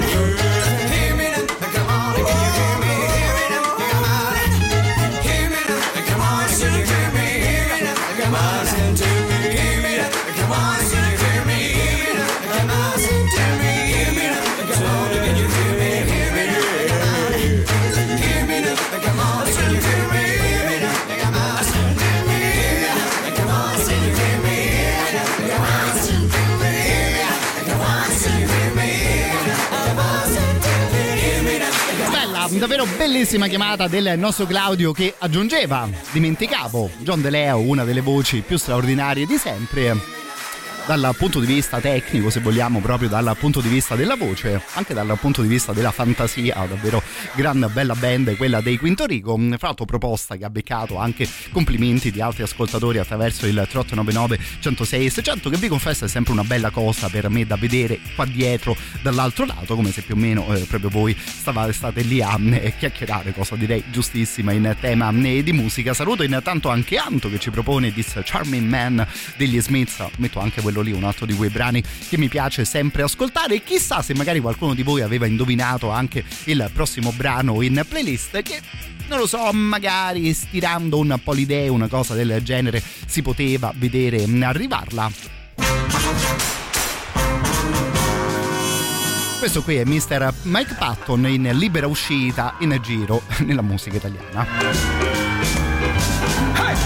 Speaker 4: Davvero bellissima chiamata del nostro Claudio, che aggiungeva: dimenticavo John De Leo, una delle voci più straordinarie di sempre. dal punto di vista tecnico, se vogliamo, proprio dal punto di vista della voce, anche dal punto di vista della fantasia, davvero gran bella band quella dei Quinto Rigo. Fra l'altro proposta che ha beccato anche complimenti di altri ascoltatori attraverso il 3899 106 600, che vi confesso è sempre una bella cosa per me da vedere qua dietro dall'altro lato, come se più o meno proprio voi state lì a chiacchierare, cosa direi giustissima in tema di musica. Saluto intanto anche Anto che ci propone This Charming Man degli Smiths, metto anche quello lì, un altro di quei brani che mi piace sempre ascoltare, e chissà se magari qualcuno di voi aveva indovinato anche il prossimo brano in playlist, che non lo so, magari stirando un po' l'idea, una cosa del genere si poteva vedere arrivarla. Questo qui è Mr. Mike Patton in libera uscita in giro nella musica italiana.
Speaker 16: Hey!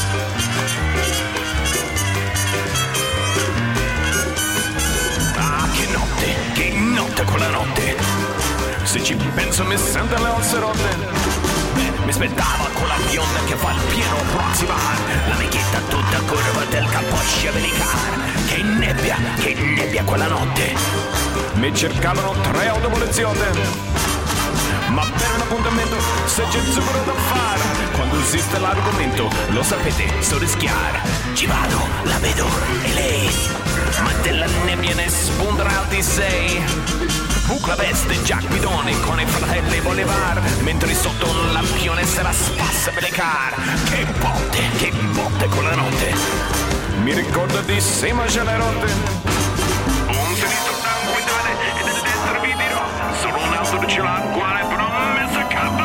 Speaker 16: Ah, che notte quella notte. Se ci penso mi sento le ossa rotte. Mi aspettava con la bionda che fa il pieno proximal, la vecchietta tutta curva del capoccia americana. Che nebbia quella notte. Mi cercavano 3 autopoliziotte, ma per un appuntamento se c'è zucchero da fare, quando esiste l'argomento lo sapete, so rischiare. Ci vado, la vedo, e lei, ma della nebbia ne spunterà alti 6. Bucla veste, già guidone con i fratelli Bolivar, mentre sotto un lampione se la spassa per le car. Che botte con la notte. Mi ricordo di Sema Celerotte. Un finito da guidare e del destro vi dirò, solo un altro ce l'ha quale promessa capo.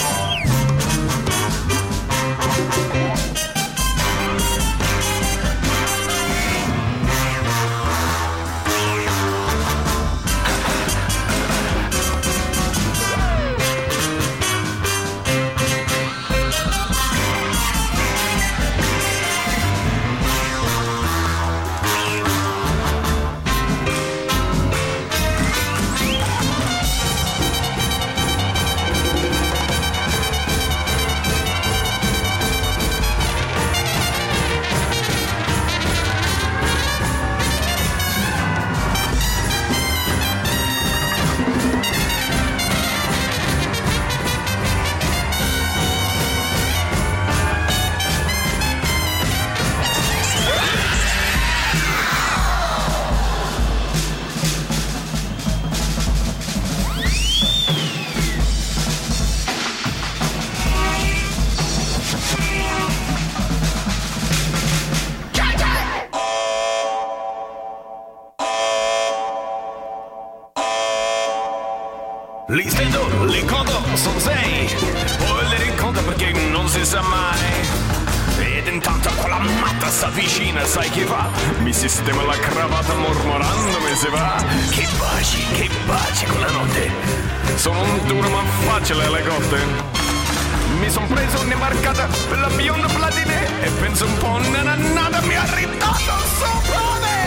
Speaker 16: Li stendo, li conto, sono 6, poi li riconto perché non si sa mai. Ed intanto quella matta s'avvicina, sai che fa? Mi sistema la cravatta mormorando mi si va. Che baci con la notte. Sono un duro ma facile le cotte. Mi son preso un'imbarcata per la bionda platine e penso un po' nada mi ha ridato sopra me.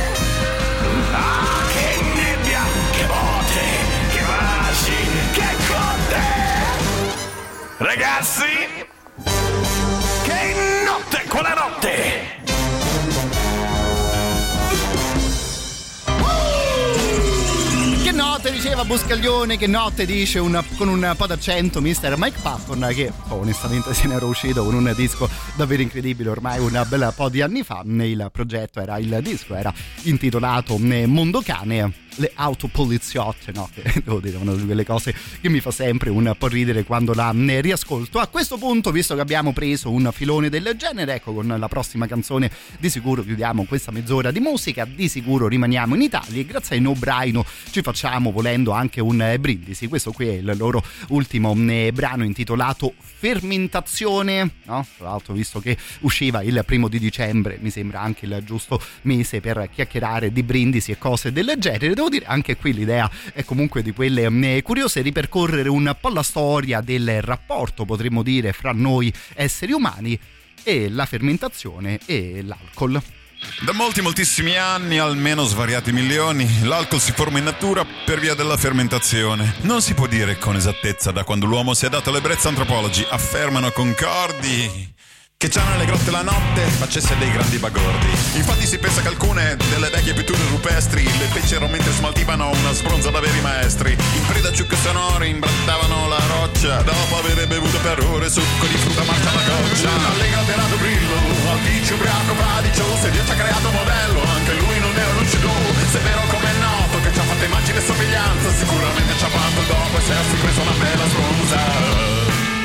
Speaker 16: Ah, che nebbia, che botte, che baci, che cotte. Ragazzi, che notte quella notte.
Speaker 4: Che notte, diceva Buscaglione, che notte dice con un po' d'accento Mr. Mike Patton, che onestamente se ne era uscito con un disco davvero incredibile ormai un bel po' di anni fa. Il progetto il disco era intitolato Mondo Cane. Le autopoliziotte, no? Che devo dire, una di quelle cose che mi fa sempre un po' ridere quando la riascolto. A questo punto, visto che abbiamo preso un filone del genere, ecco, con la prossima canzone di sicuro chiudiamo questa mezz'ora di musica, di sicuro rimaniamo in Italia e grazie ai No Braino ci facciamo, volendo, anche un brindisi. Questo qui è il loro ultimo brano intitolato Fermentazione, no? Tra l'altro, visto che usciva il 1 dicembre, mi sembra anche il giusto mese per chiacchierare di brindisi e cose del genere. Devo dire, anche qui l'idea è comunque di quelle curiose, ripercorrere un po' la storia del rapporto, potremmo dire, fra noi esseri umani e la fermentazione e l'alcol.
Speaker 17: Da moltissimi anni, almeno svariati milioni, l'alcol si forma in natura per via della fermentazione. Non si può dire con esattezza da quando l'uomo si è dato all'ebbrezza. Antropologi affermano concordi che già nelle grotte la notte facesse dei grandi bagordi. Infatti si pensa che alcune delle vecchie pitture rupestri le fecero mentre smaltivano una sbronza da veri maestri. In preda a ciucchi sonori imbrattavano la roccia, dopo aver bevuto per ore succo di frutta marcia alla goccia. Allegro alterato brillo, al vicio ubriaco fradicio, se Dio ci ha creato modello, anche lui non era lucido. Se è vero come è noto che ci ha fatto immagine e somiglianza, sicuramente ci ha fatto dopo essersi preso una bella sbronza.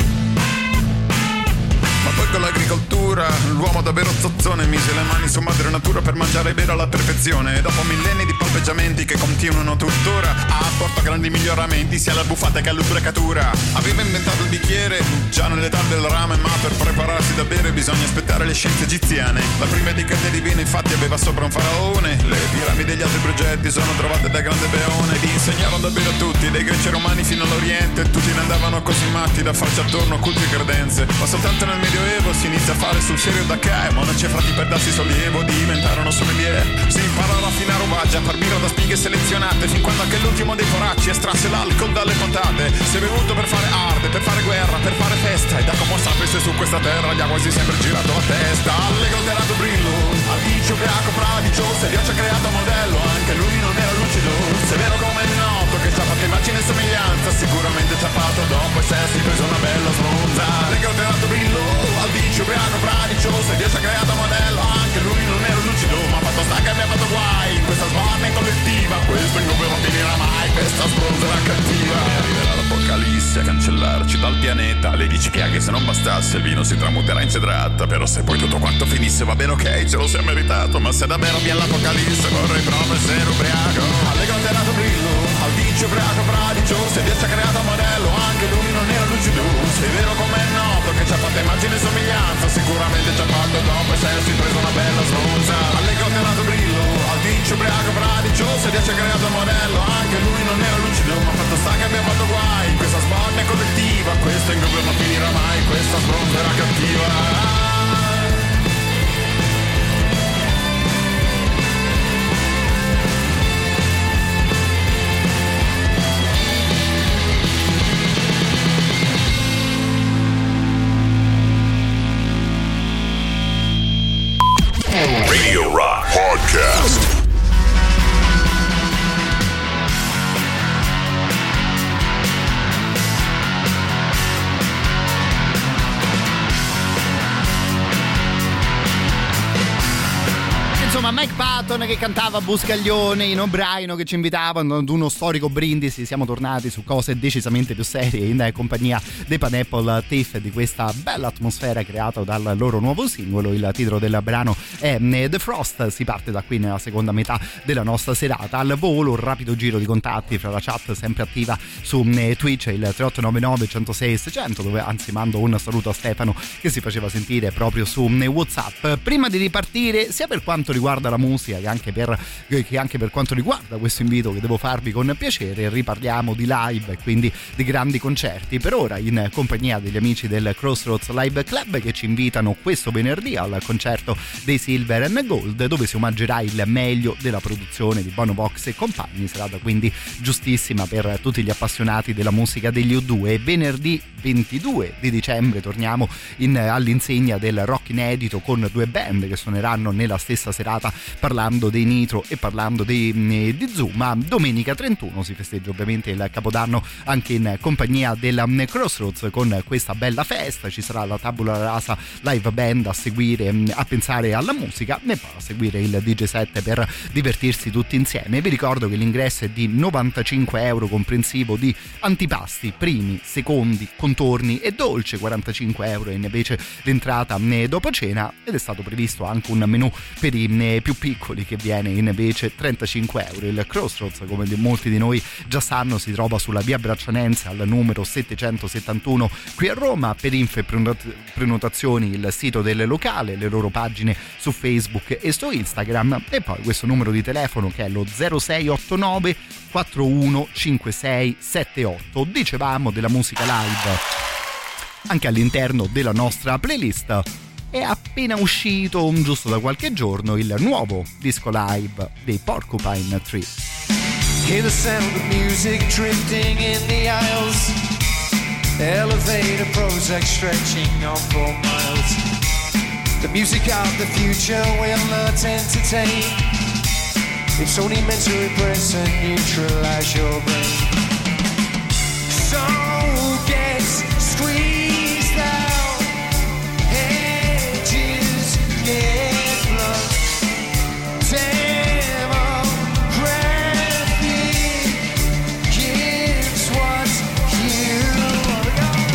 Speaker 17: Ma poi con l'agricoltura l'uomo davvero zozzone mise le mani su madre natura per mangiare e bere alla perfezione. E dopo millenni di palpeggiamenti che continuano tuttora, ha apportato grandi miglioramenti sia alla buffata che all'ubriacatura. Aveva inventato il bicchiere già nell'età del rame, ma per prepararsi da bere bisogna aspettare le scienze egiziane. La prima etichetta di vino infatti aveva sopra un faraone. Le piramidi e gli altri progetti sono trovate da grande beone. Li insegnarono davvero a tutti, dai greci romani fino all'Oriente. Tutti ne andavano così matti da farci attorno culti e credenze. Ma soltanto nel Medioevo si inizia a fare sul serio da che monaci e frati per darsi sollievo diventarono sommelier. Si imparò a raffinare uvaggia, a far birra da spighe selezionate, fin quando anche l'ultimo dei poracci estrasse l'alcol dalle patate. Si è bevuto per fare arte, per fare guerra, per fare festa, e da come sapesse su questa terra gli ha quasi sempre girato la testa. Allegro alterato brillo, al vicio ubriaco fradicio, se Dio ci ha creato modello, anche lui non era lucido. Se è vero come è noto che ci ha fatto immagine e somiglianza, sicuramente ci ha fatto dopo essersi preso una bella sbronza. Allegro alterato brillo, al vicio ubriaco fradicio, se Dio ci ha creato modello, anche lui non era lucido. Ma fatto sta che mi ha fatto guai in questa sbornia collettiva, questo non doveva finire mai, questa sbronzera cattiva. E arriverà l'apocalisse a cancellarci dal pianeta. Le dici che anche se non bastasse il vino si tramuterà in cedrata, però se poi tutto quanto finisse va bene, ok, ce lo siamo meritato. Ma se davvero viene l'apocalisse vorrei proprio essere ubriaco. Allegro alterato brillo, al vicio ubriaco fradicio, se Dio ci ha creato modello, anche lui non era lucido. Se è vero come è noto che ci ha fatto immagine e somiglianza, sicuramente ci ha fatto dopo essersi preso una bella sbronza. Allegro alterato brillo, al vicio ubriaco fradicio, se Dio ci ha creato modello, anche lui non era lucido. Ma fatto sta che abbiamo fatto guai in questa sbornia collettiva, questo in non finirà mai, questa sbronzera cattiva.
Speaker 2: Radio Rock Podcast.
Speaker 4: Insomma, Mike Patton che cantava Buscaglione, in O'Brien che ci invitavano ad uno storico brindisi. Siamo tornati su cose decisamente più serie in compagnia dei Pineapple Thief, di questa bella atmosfera creata dal loro nuovo singolo. Il titolo del brano è The Frost. Si parte da qui nella seconda metà della nostra serata. Al volo un rapido giro di contatti fra la chat sempre attiva su Twitch, il 3899 106 600, dove anzi mando un saluto a Stefano che si faceva sentire proprio su WhatsApp. Prima di ripartire, sia per quanto riguarda la musica che anche per quanto riguarda questo invito che devo farvi con piacere, riparliamo di live e quindi di grandi concerti. Per ora in compagnia degli amici del Crossroads Live Club, che ci invitano questo venerdì al concerto dei Silver and Gold, dove si omaggerà il meglio della produzione di Bono Vox e compagni. Serata quindi giustissima per tutti gli appassionati della musica degli U2. Venerdì 22 di dicembre torniamo all'insegna del rock inedito con due band che suoneranno nella stessa serata, parlando dei Nitro e parlando di Zuma. Domenica 31 si festeggia ovviamente il Capodanno anche in compagnia della Crossroads con questa bella festa. Ci sarà la Tabula Rasa Live Band a seguire, a pensare alla musica, e poi a seguire il DJ set per divertirsi tutti insieme. Vi ricordo che l'ingresso è di €95 comprensivo di antipasti, primi, secondi, contorni e dolce, €45 invece l'entrata dopo cena, ed è stato previsto anche un menù per i più piccoli che viene invece €35. Il Crossroads, come molti di noi già sanno, si trova sulla via Braccianense al numero 771 qui a Roma. Per info e prenotazioni il sito del locale, le loro pagine su Facebook e su Instagram, e poi questo numero di telefono che è lo 0689 415678. Dicevamo della musica live anche all'interno della nostra playlist. È appena uscito, giusto da qualche giorno, il nuovo disco live dei Porcupine Tree.
Speaker 11: Hear the sound of music drifting in the aisles, elevator Prozac stretching on for miles.
Speaker 12: The music of the future will not entertain. It's only meant to impress and neutralize your brain. So get squeezed out, edges get blunt. Demography gives what you want.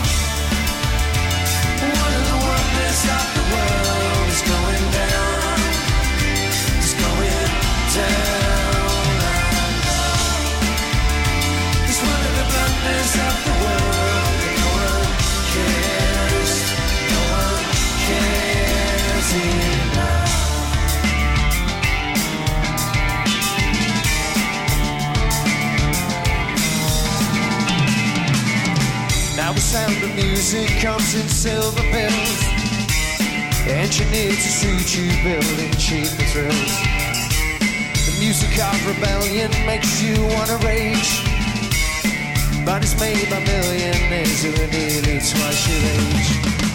Speaker 12: One of the wonders of the world is going down. It's going down. It's one of the blunders of the world that no one cares. No one cares enough. Now the sound of music comes in silver bills, engineered to suit you, building cheaper thrills. The music of rebellion makes you wanna rage, but it's made by millionaires who are nearly twice your age.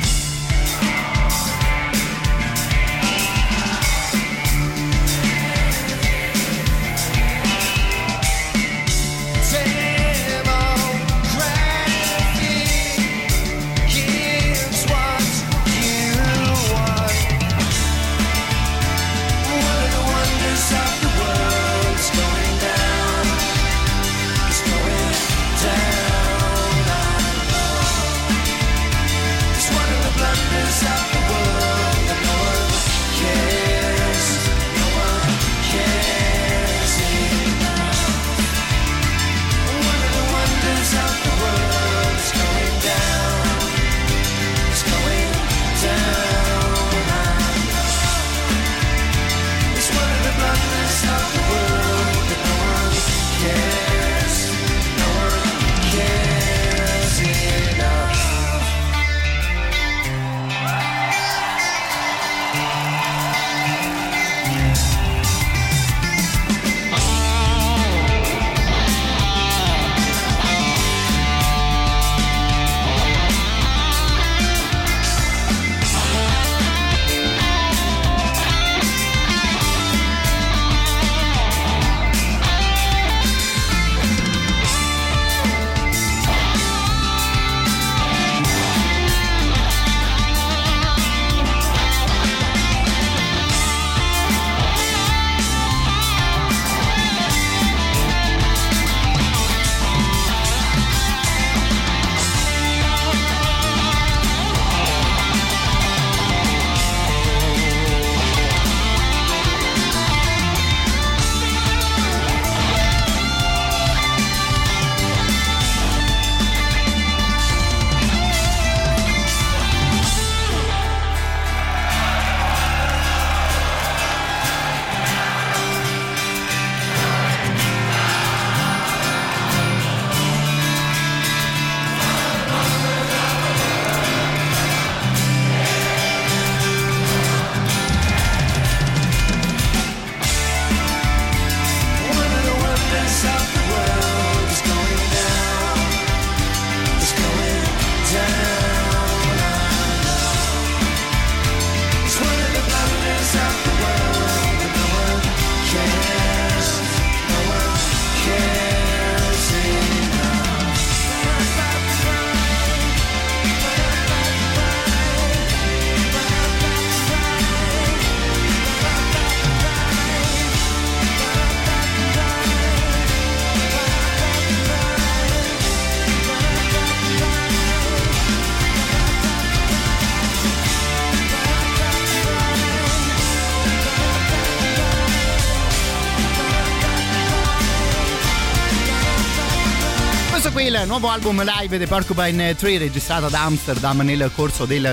Speaker 4: il nuovo album live dei Porcupine Tree registrato ad Amsterdam nel corso del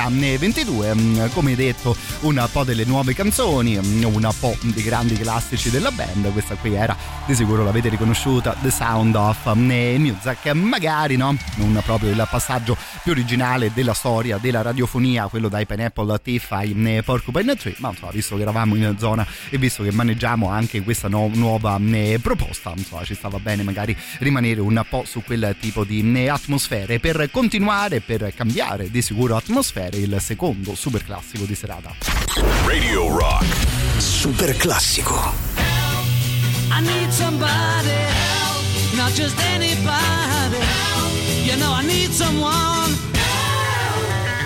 Speaker 4: 2022. Come detto, un po' delle nuove canzoni, un po' dei grandi classici della band. Questa qui era, di sicuro l'avete riconosciuta, The Sound of Music. Magari no, non proprio il passaggio più originale della storia della radiofonia, quello dai Pineapple Thief ai Porcupine Tree, ma insomma, visto che eravamo in zona e visto che maneggiamo anche questa nuova proposta, insomma, ci stava bene magari rimanere un po' su quel tipo di atmosfere. Per continuare, per cambiare di sicuro atmosfere, il secondo super classico di serata.
Speaker 2: Radio Rock.
Speaker 1: Super classico.
Speaker 11: I need somebody help, not just anybody help. You know I need someone help.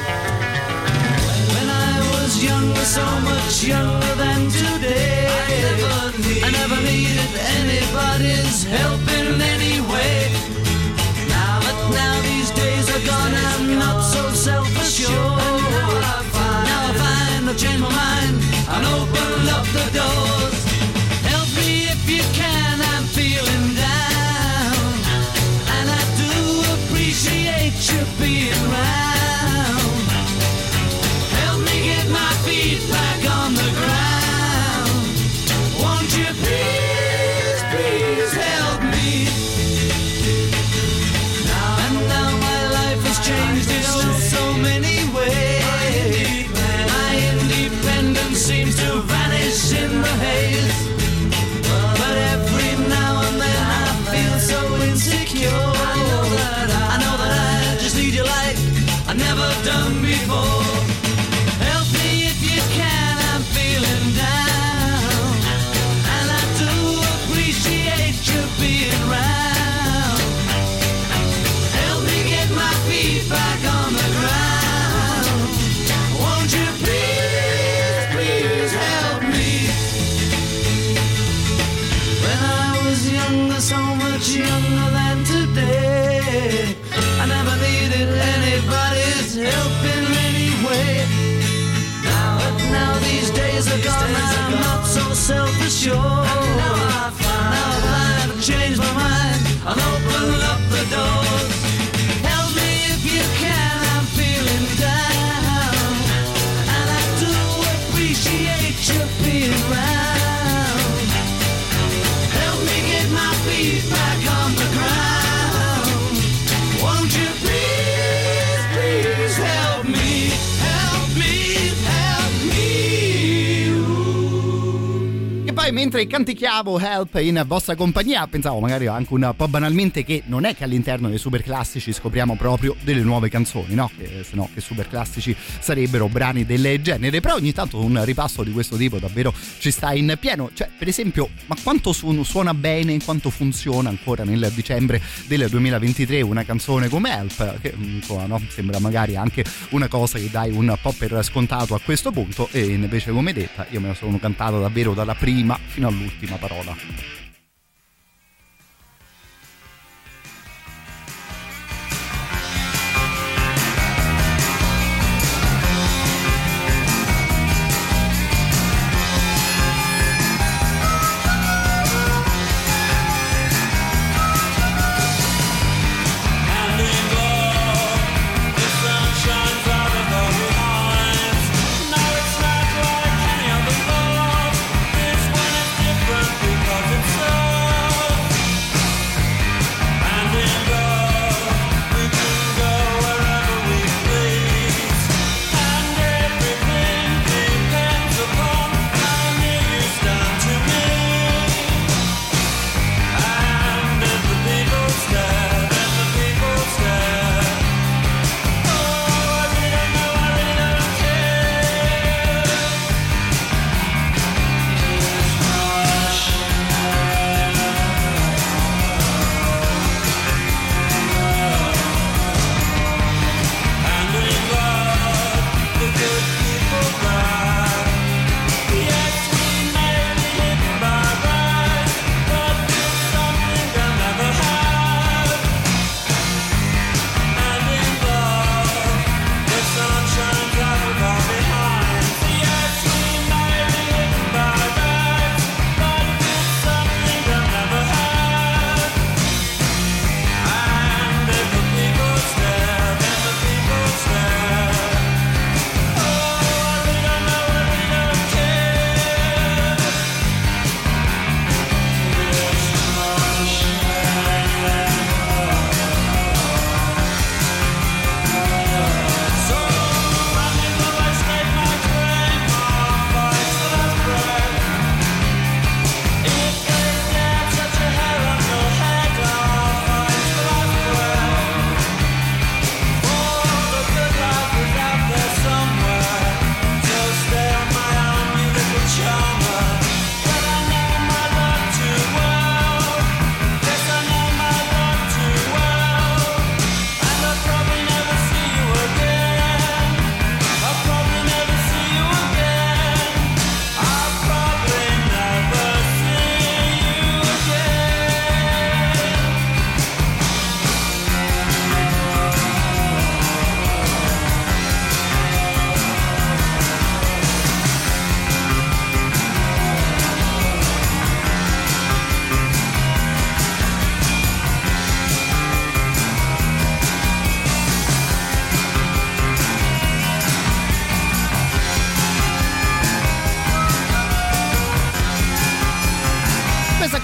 Speaker 11: When I was younger, so much younger than today, I never needed anybody's help in any way. Now these days are gone, I'm not so self-assured. Now I find I've changed my mind and opened up the doors. Help me if you can, I'm feeling down, and I do appreciate you being around. Help me get my feet back on the ground. Won't you please, please help me? Now my life has changed in so many ways. My independence seems to vanish in the haze. But every now and then I feel so insecure. I know that I just need you like I've never done before. Help me if you can, I'm feeling down, and I do appreciate you being around. Help me get my feet back on the ground. Won't you please, please help me? When I was younger, so much younger than today, I never needed anybody's help in any way. Now these days are gone, I'm not so self-assured. Now I've changed my mind, I'll open up the doors. Help me if you can, I'm feeling down, and I do appreciate you being around. Help me get my feet back on the ground. Won't you please, please help me? Help me, help me.
Speaker 4: E poi mentre canticchiavo Help in vostra compagnia, pensavo magari anche un po' banalmente che non è che all'interno dei super classici scopriamo proprio delle nuove canzoni, no? Se no che super classici sarebbero brani del genere, però ogni tanto un ripasso di questo tipo davvero ci sta in pieno. Cioè, per esempio, ma quanto suona bene, quanto funziona ancora nel dicembre del 2023 una canzone come Help, che insomma, no? Sembra magari anche una cosa che dai un po' per scontato a questo punto, e invece, come detta, io me la sono cantata davvero dalla prima fino all'ultima parola.
Speaker 11: Because it's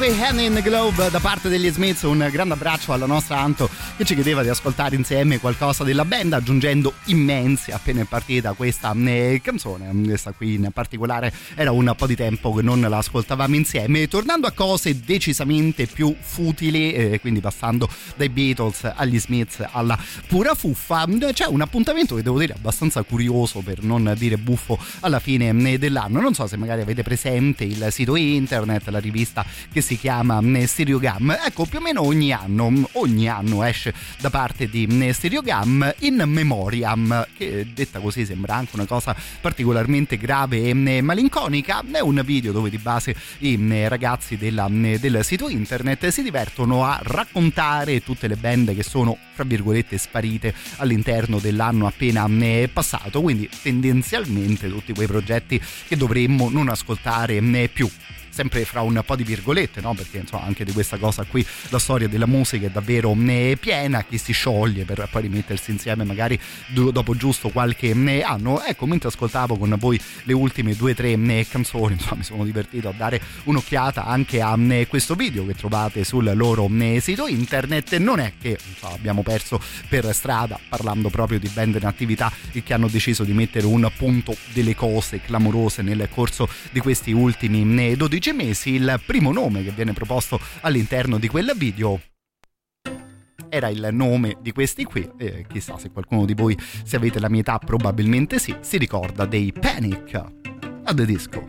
Speaker 4: The Hand in Glove da parte degli Smiths. Un grande abbraccio alla nostra Anto che ci chiedeva di ascoltare insieme qualcosa della band, aggiungendo immensi appena è partita questa canzone. Questa qui in particolare era un po' di tempo che non la ascoltavamo insieme. Tornando a cose decisamente più futili, quindi passando dai Beatles agli Smiths alla pura fuffa, c'è un appuntamento che devo dire abbastanza curioso, per non dire buffo, alla fine dell'anno. Non so se magari avete presente il sito internet, la rivista che si chiama Stereogum. Ecco, più o meno ogni anno esce da parte di Stereogum In Memoriam, che detta così sembra anche una cosa particolarmente grave e malinconica. È un video dove di base i ragazzi del sito internet si divertono a raccontare tutte le band che sono, fra virgolette, sparite all'interno dell'anno appena passato, quindi tendenzialmente tutti quei progetti che dovremmo non ascoltare più. Sempre fra un po' di virgolette, no? Perché insomma anche di questa cosa qui la storia della musica è davvero piena, chi si scioglie per poi rimettersi insieme magari dopo giusto qualche anno. Ecco, mentre ascoltavo con voi le ultime 2 o 3 canzoni, insomma mi sono divertito a dare un'occhiata anche a questo video che trovate sul loro sito internet. Non è che abbiamo perso per strada, parlando proprio di band in attività che hanno deciso di mettere un punto delle cose clamorose nel corso di questi ultimi 12 mesi. Il primo nome che viene proposto all'interno di quel video era il nome di questi qui, chissà se qualcuno di voi, se avete la mia età probabilmente sì, si ricorda dei Panic at the Disco.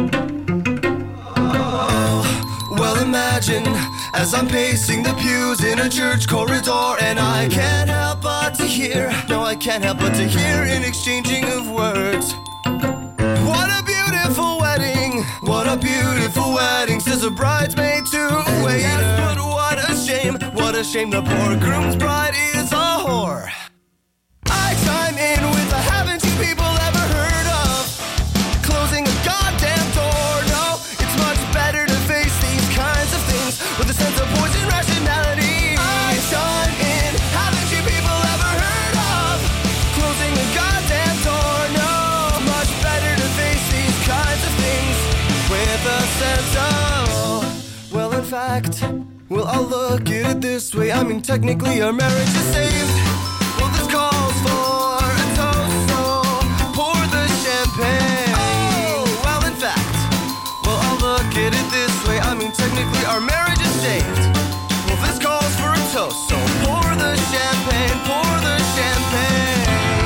Speaker 18: Well, imagine as I'm pacing the pews in a church corridor, and I can't help but to hear, no, I can't help but to hear an exchanging of words. What a beautiful wedding, what a beautiful wedding, says a bridesmaid to a waiter. Yes, but what a shame, the poor groom's bride is a whore. I chime in with a haven't you people ever heard of closing a goddamn door? No, it's much better to face these kinds of things with a sense of poise and rationality. I chime in, haven't you people ever heard of closing a goddamn door? No, it's much better to face these kinds of things with a sense of, well, in fact, well, I'll look at it this way. I mean, technically our marriage is saved. Well, this calls for a toast, so pour the champagne. Oh, well, in fact, well, I'll look at it this way. I mean, technically our marriage is saved. Well, this calls for a toast, so pour the champagne, pour the champagne.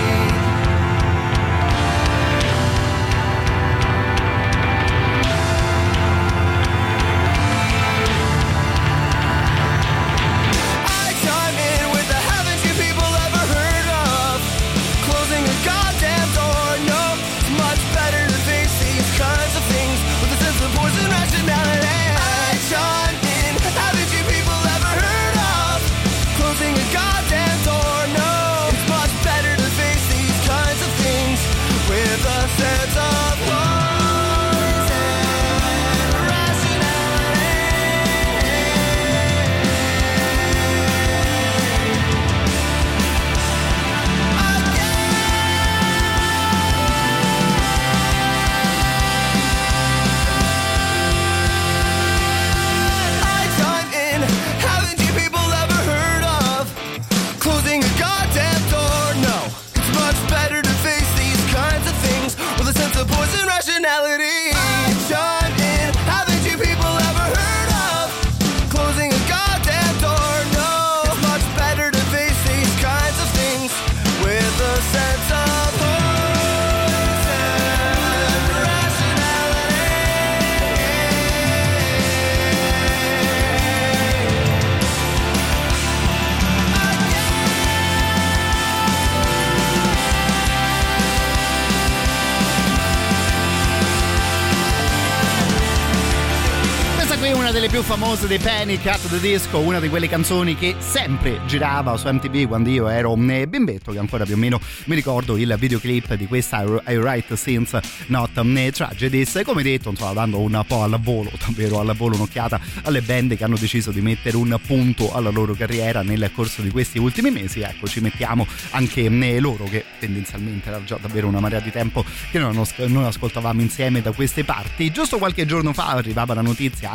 Speaker 4: Delle più famose dei Panic at the Disco, una di quelle canzoni che sempre girava su MTV quando io ero bimbetto, che ancora più o meno mi ricordo il videoclip di questa I Write Sins Not Tragedies. Come detto, insomma, dando un po' al volo, davvero al volo, un'occhiata alle band che hanno deciso di mettere un punto alla loro carriera nel corso di questi ultimi mesi. Ecco, ci mettiamo anche loro, che tendenzialmente era già davvero una marea di tempo che non ascoltavamo insieme da queste parti. Giusto qualche giorno fa arrivava la notizia anche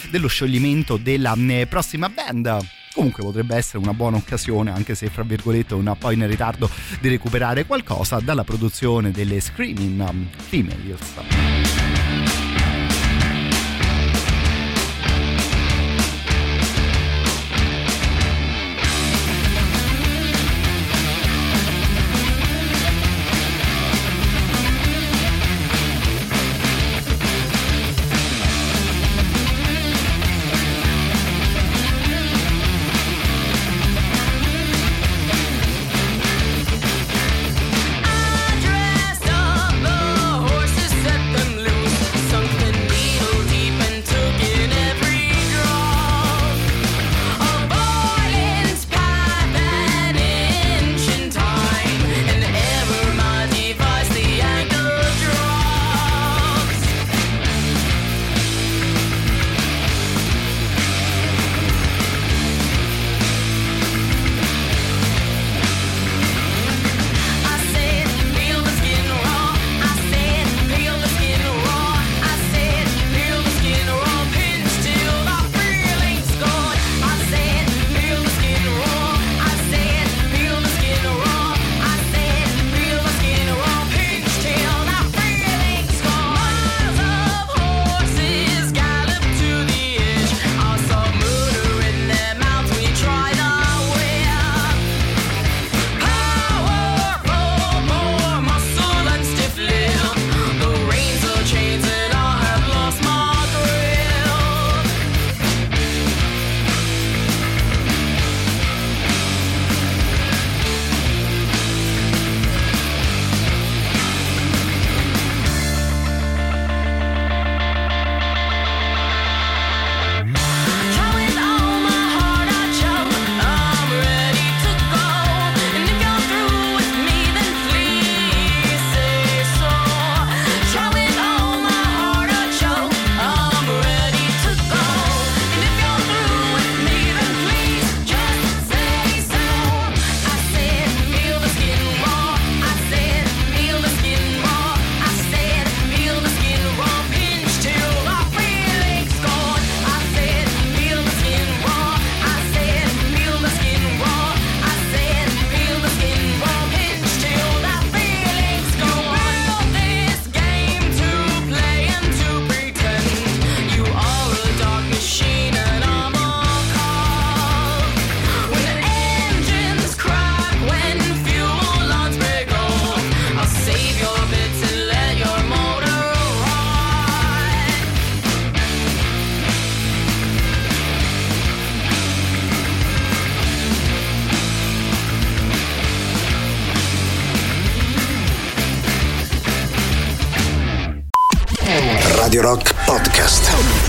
Speaker 4: dello scioglimento della prossima band. Comunque potrebbe essere una buona occasione, anche se fra virgolette un po' in ritardo, di recuperare qualcosa dalla produzione delle Screaming Females.
Speaker 11: Dressed up the horses, set them loose.
Speaker 1: Radio Rock Podcast.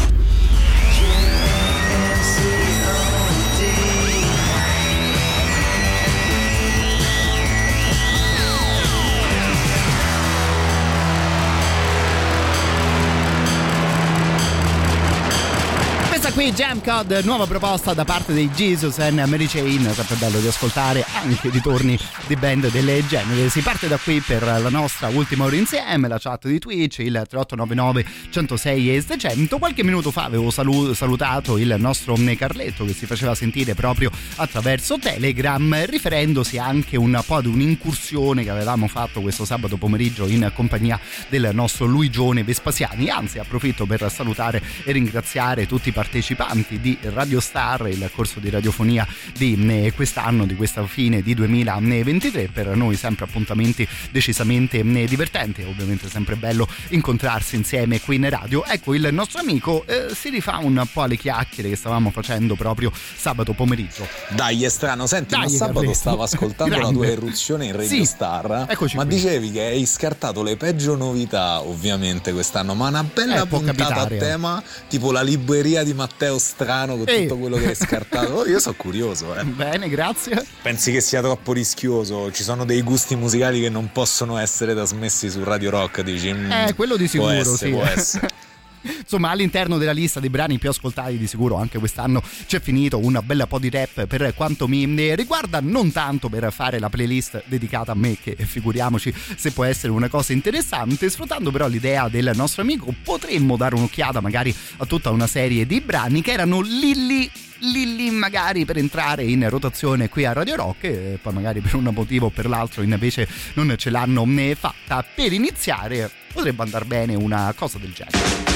Speaker 4: Qui Jam Code, nuova proposta da parte dei Jesus and Mary Chain, sempre bello di ascoltare anche i ritorni di band del genere. Si parte da qui per la nostra ultima ora insieme, la chat di Twitch, il 3899 106 e 600. Qualche minuto fa avevo salutato il nostro Carletto che si faceva sentire proprio attraverso Telegram, riferendosi anche un po' ad un'incursione che avevamo fatto questo sabato pomeriggio in compagnia del nostro Luigione Vespasiani. Anzi, approfitto per salutare e ringraziare tutti i partecipanti di Radio Star, il corso di radiofonia di quest'anno, di questa fine di 2023. Per noi sempre appuntamenti decisamente divertenti, ovviamente sempre bello incontrarsi insieme qui in radio. Ecco, il nostro amico si rifà un po' alle chiacchiere che stavamo facendo proprio sabato pomeriggio.
Speaker 19: Dai, è strano, senti, ma sabato
Speaker 4: Carletto,
Speaker 19: stavo ascoltando la tua irruzione in Radio
Speaker 4: sì,
Speaker 19: Star,
Speaker 4: eccoci
Speaker 19: ma
Speaker 4: qui.
Speaker 19: dicevi che hai scartato le peggio novità ovviamente quest'anno, ma una bella
Speaker 4: può
Speaker 19: puntata
Speaker 4: capitare,
Speaker 19: a tema, tipo la libreria di Matteo Strano con tutto quello che hai scartato. Oh, io sono curioso.
Speaker 4: Bene, grazie.
Speaker 19: Pensi che sia troppo rischioso? Ci sono dei gusti musicali che non possono essere trasmessi su Radio Rock, dici?
Speaker 4: Quello di sicuro,
Speaker 19: può essere,
Speaker 4: sì.
Speaker 19: può essere.
Speaker 4: Insomma, all'interno della lista dei brani più ascoltati di sicuro anche quest'anno c'è finito un bel po' di rap per quanto mi riguarda, non tanto per fare la playlist dedicata a me, che figuriamoci se può essere una cosa interessante. Sfruttando però l'idea del nostro amico, potremmo dare un'occhiata magari a tutta una serie di brani che erano lì magari per entrare in rotazione qui a Radio Rock, e poi magari per un motivo o per l'altro invece non ce l'hanno fatta. Per iniziare potrebbe andare bene una cosa del genere.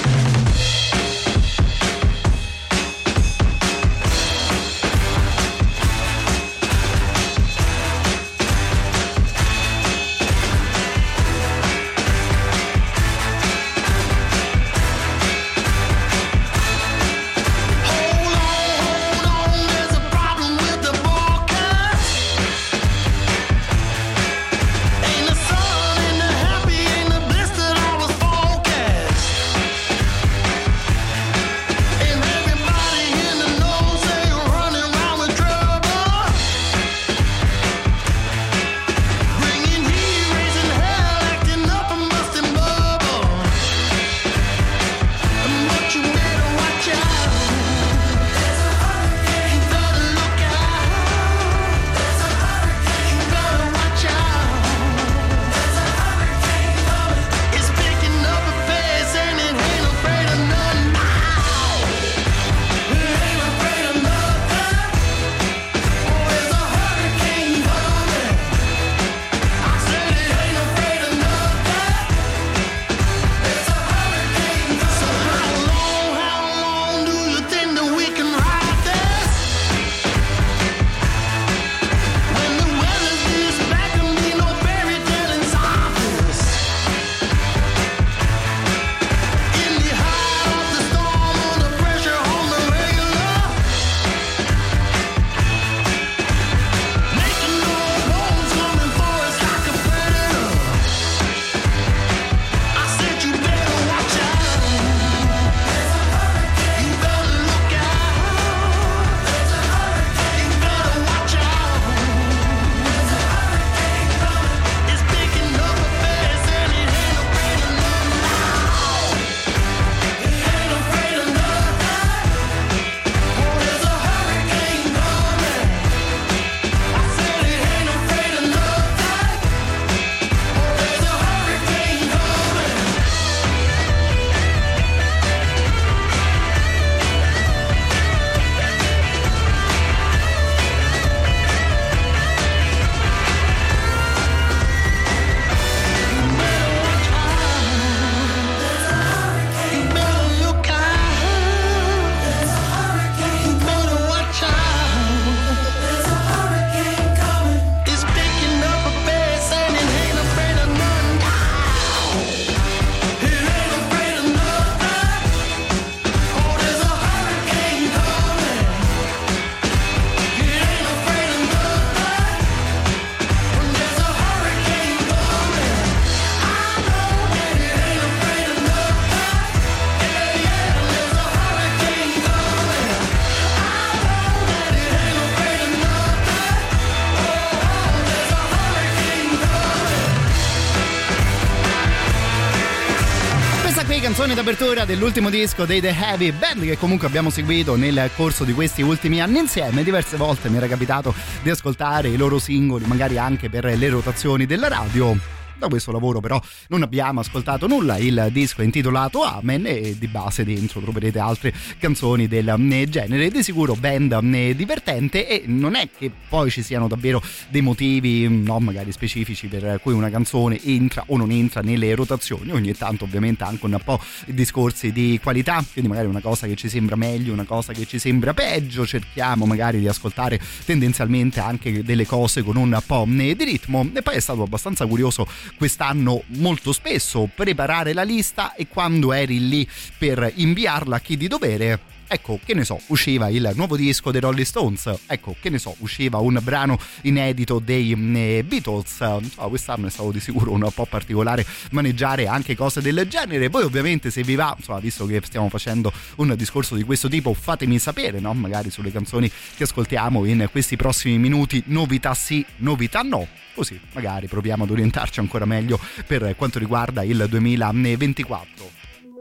Speaker 4: Canzone d'apertura dell'ultimo disco dei The Heavy, band che comunque abbiamo seguito nel corso di questi ultimi anni insieme. Diverse volte mi era capitato di ascoltare i loro singoli, magari anche per le rotazioni della radio. Da questo lavoro però non abbiamo ascoltato nulla. Il disco è intitolato Amen e di base dentro troverete altre canzoni del genere. Di sicuro band divertente, e non è che poi ci siano davvero dei motivi magari specifici per cui una canzone entra o non entra nelle rotazioni. Ogni tanto ovviamente anche un po' discorsi di qualità, quindi magari una cosa che ci sembra meglio, una cosa che ci sembra peggio, cerchiamo magari di ascoltare tendenzialmente anche delle cose con un po' di ritmo. E poi è stato abbastanza curioso quest'anno molto spesso preparare la lista, e quando eri lì per inviarla a chi di dovere, ecco, che ne so, usciva il nuovo disco dei Rolling Stones, ecco, che ne so, usciva un brano inedito dei Beatles. Quest'anno è stato di sicuro un po' particolare maneggiare anche cose del genere. Voi ovviamente, se vi va, visto che stiamo facendo un discorso di questo tipo, fatemi sapere, no? Magari sulle canzoni che ascoltiamo in questi prossimi minuti, novità sì, novità no. Così magari proviamo ad orientarci ancora meglio per quanto riguarda il 2024.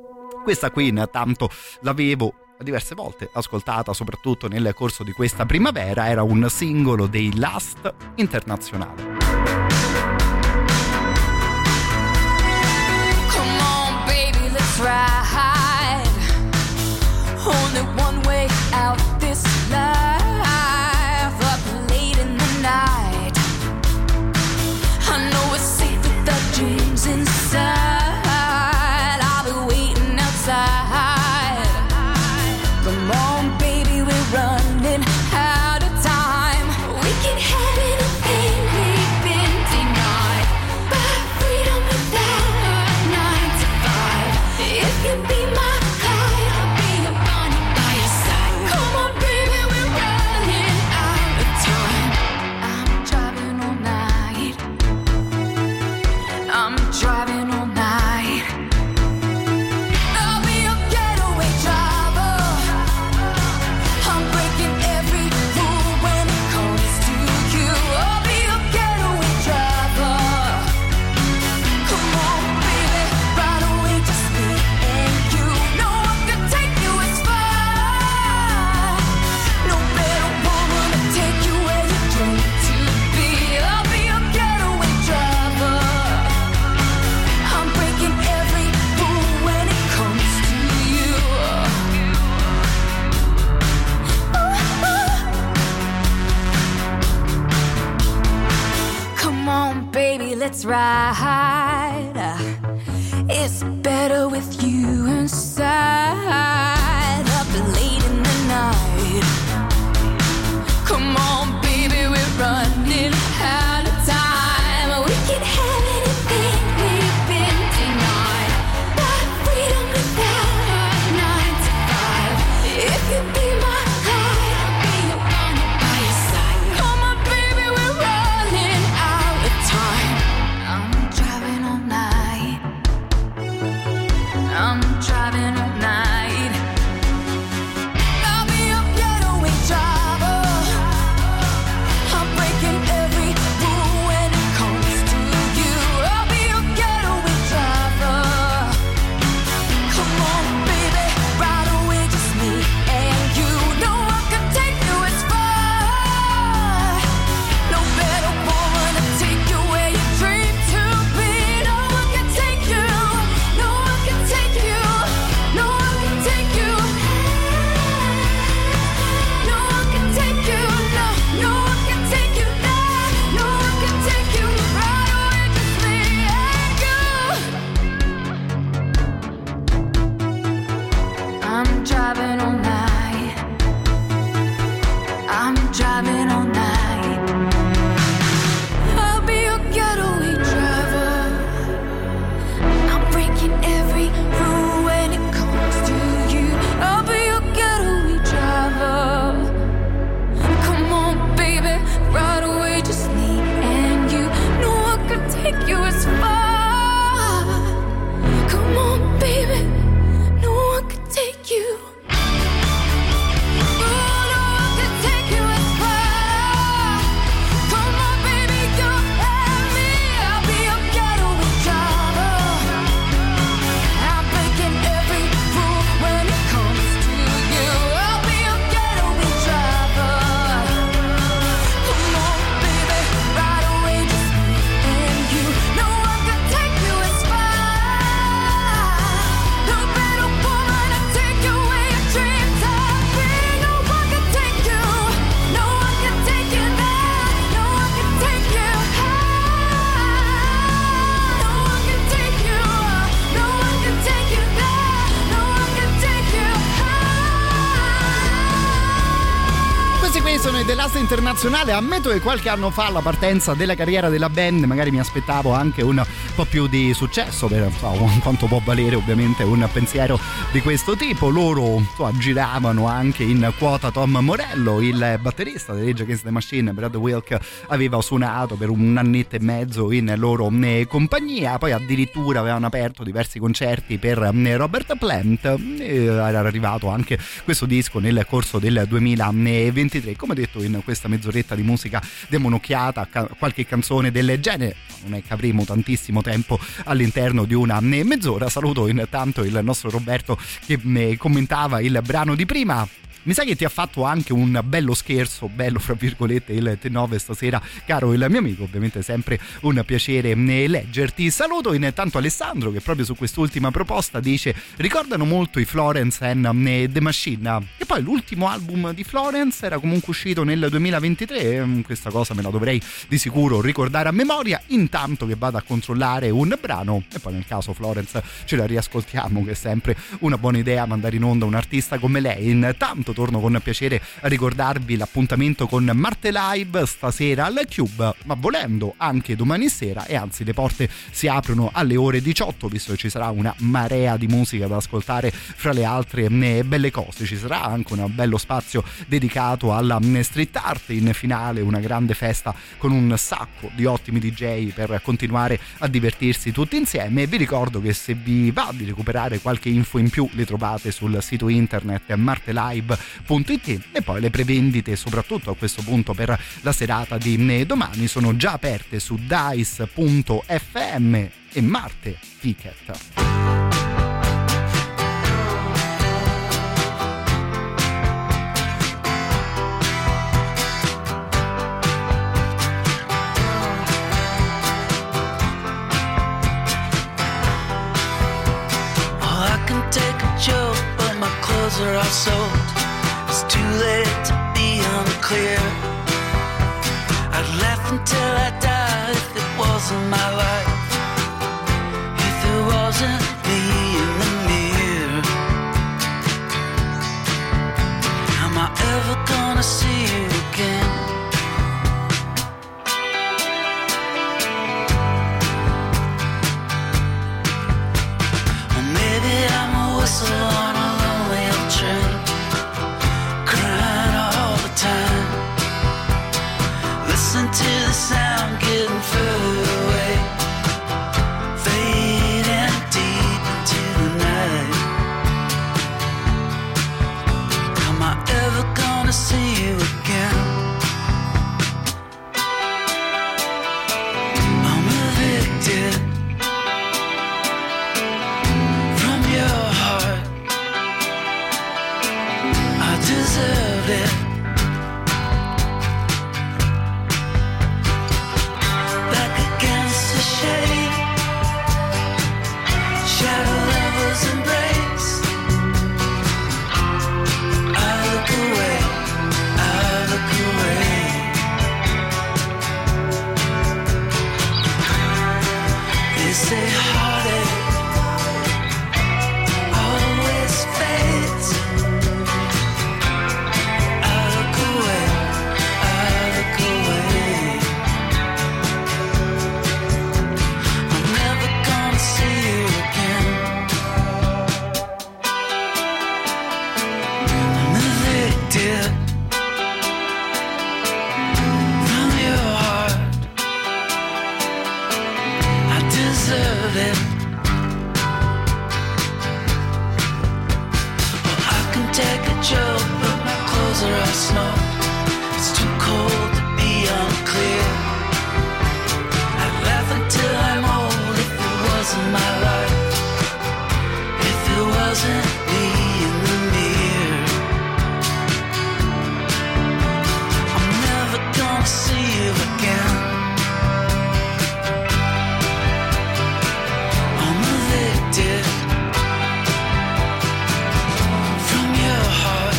Speaker 4: Questa qui intanto l'avevo diverse volte ascoltata, soprattutto nel corso di questa primavera. Era un singolo dei Last Internazionale.
Speaker 11: Come on, baby, let's ride. Only one way out this life, up late in the night. I know it's safe with the dreams inside. I'll be waiting outside. Come on, baby, we're running out of time. We can have anything we've been denied. But freedom without a 9 to 5. If you be my guide, I'll be your bunny by your side. Come on, baby, we're running out of time. I'm driving all night. I'm driving all night. I'll be your getaway driver. I'm breaking every rule when it comes to you. I'll be your getaway driver. Come on, baby, right away, just me and you. No one can take you as far. No better woman to take you where you dream to be. I'll be your getaway driver. I'm breaking every rule when it comes to you. Come on, baby, let's ride. It's better with you inside. Up late in the night. Come on, baby, we're running out of time. We can have anything we've been denied. But freedom without a 9 to 5. If you be my guide, I'll be your bunny by your side. Come on, baby, we're running out of time. I'm driving all night. I'm driving all night. I'll be your getaway driver. I'm breaking every rule when it comes to you. I'll be your getaway driver. Come on, baby, right away, just me and you. No one can take you as far. No better woman to take you where you dream to be. No one can take you. No one can take you. No one can take you. No one can take you. No one can take you there. No one can take you right away, just me and you. I'm driving all night. I'm driving all night. I'll be your getaway driver. I'm breaking every rule when it comes to you. I'll be your getaway driver. Come on, baby, right away, just me and you. No one can take you as far. Come on, baby, no one can take you. Oh, no one can take you as far. Come on, baby, you and me. I'll be your getaway driver. I'm breaking every rule when it comes to you. I'll be your getaway driver. Come on, baby, right away, just me and you. No one can take you as far. No better woman to take you where your dreams have been. No one can take you. No one can take you there. No one can take you high. No one can take you. No one can take you there. No one can take you high.
Speaker 4: Questi qui sono i The Last Internazionale. Ammetto che qualche anno fa, alla partenza della carriera della band, magari mi aspettavo anche un po' più di successo, per quanto può valere ovviamente un pensiero di questo tipo. Loro giravano anche in quota Tom Morello, il batterista dei Rage Against the Machine. Brad Wilk aveva suonato per un annetto e mezzo in loro compagnia, poi addirittura avevano aperto diversi concerti per Robert Plant. Era arrivato anche questo disco nel corso del 2023. Come detto, in questa mezz'oretta di musica diamo un'occhiata a qualche canzone del genere. Non è che avremo tantissimo tempo all'interno di una mezz'ora. Saluto intanto il nostro Roberto che commentava il brano di prima. Mi sa che ti ha fatto anche un bello scherzo, bello fra virgolette, il T9 stasera, caro il mio amico. Ovviamente sempre un piacere leggerti. Saluto intanto Alessandro che proprio su quest'ultima proposta dice: ricordano molto i Florence and the Machine, e poi l'ultimo album di Florence era comunque uscito nel 2023. Questa cosa me la dovrei di sicuro ricordare a memoria, intanto che vado a controllare un brano e poi nel caso Florence ce la riascoltiamo, che è sempre una buona idea mandare in onda un artista come lei. Intanto torno con piacere a ricordarvi l'appuntamento con Marte Live stasera al Cube, ma volendo anche domani sera, e anzi le porte si aprono alle ore 18, visto che ci sarà una marea di musica da ascoltare fra le altre belle cose. Ci sarà anche un bello spazio dedicato alla street art, in finale una grande festa con un sacco di ottimi DJ per continuare a divertirsi tutti insieme. E vi ricordo che se vi va di recuperare qualche info in più le trovate sul sito internet martelive.it, e poi le prevendite soprattutto a questo punto per la serata di domani sono già aperte su dice.fm e Marte Ticket.
Speaker 11: Are all sold. It's too late to be unclear. I'd laugh until I died if it wasn't my life, if it wasn't me in the mirror. Am I ever gonna see you again? Or maybe I'm a whistle on a train, crying all the time. Listen to the sound getting further away, fading deep into the night. Am I ever gonna see you again? I'm evicted from your heart. Deserve it. Back against the shade, shadow lovers embrace. I look away, I look away. They say heartache always fades. Snow. It's too cold to be unclear. I'd laugh until I'm old if it wasn't my life, if it wasn't me in the mirror. I'm never gonna see you again. I'm evicted from your heart.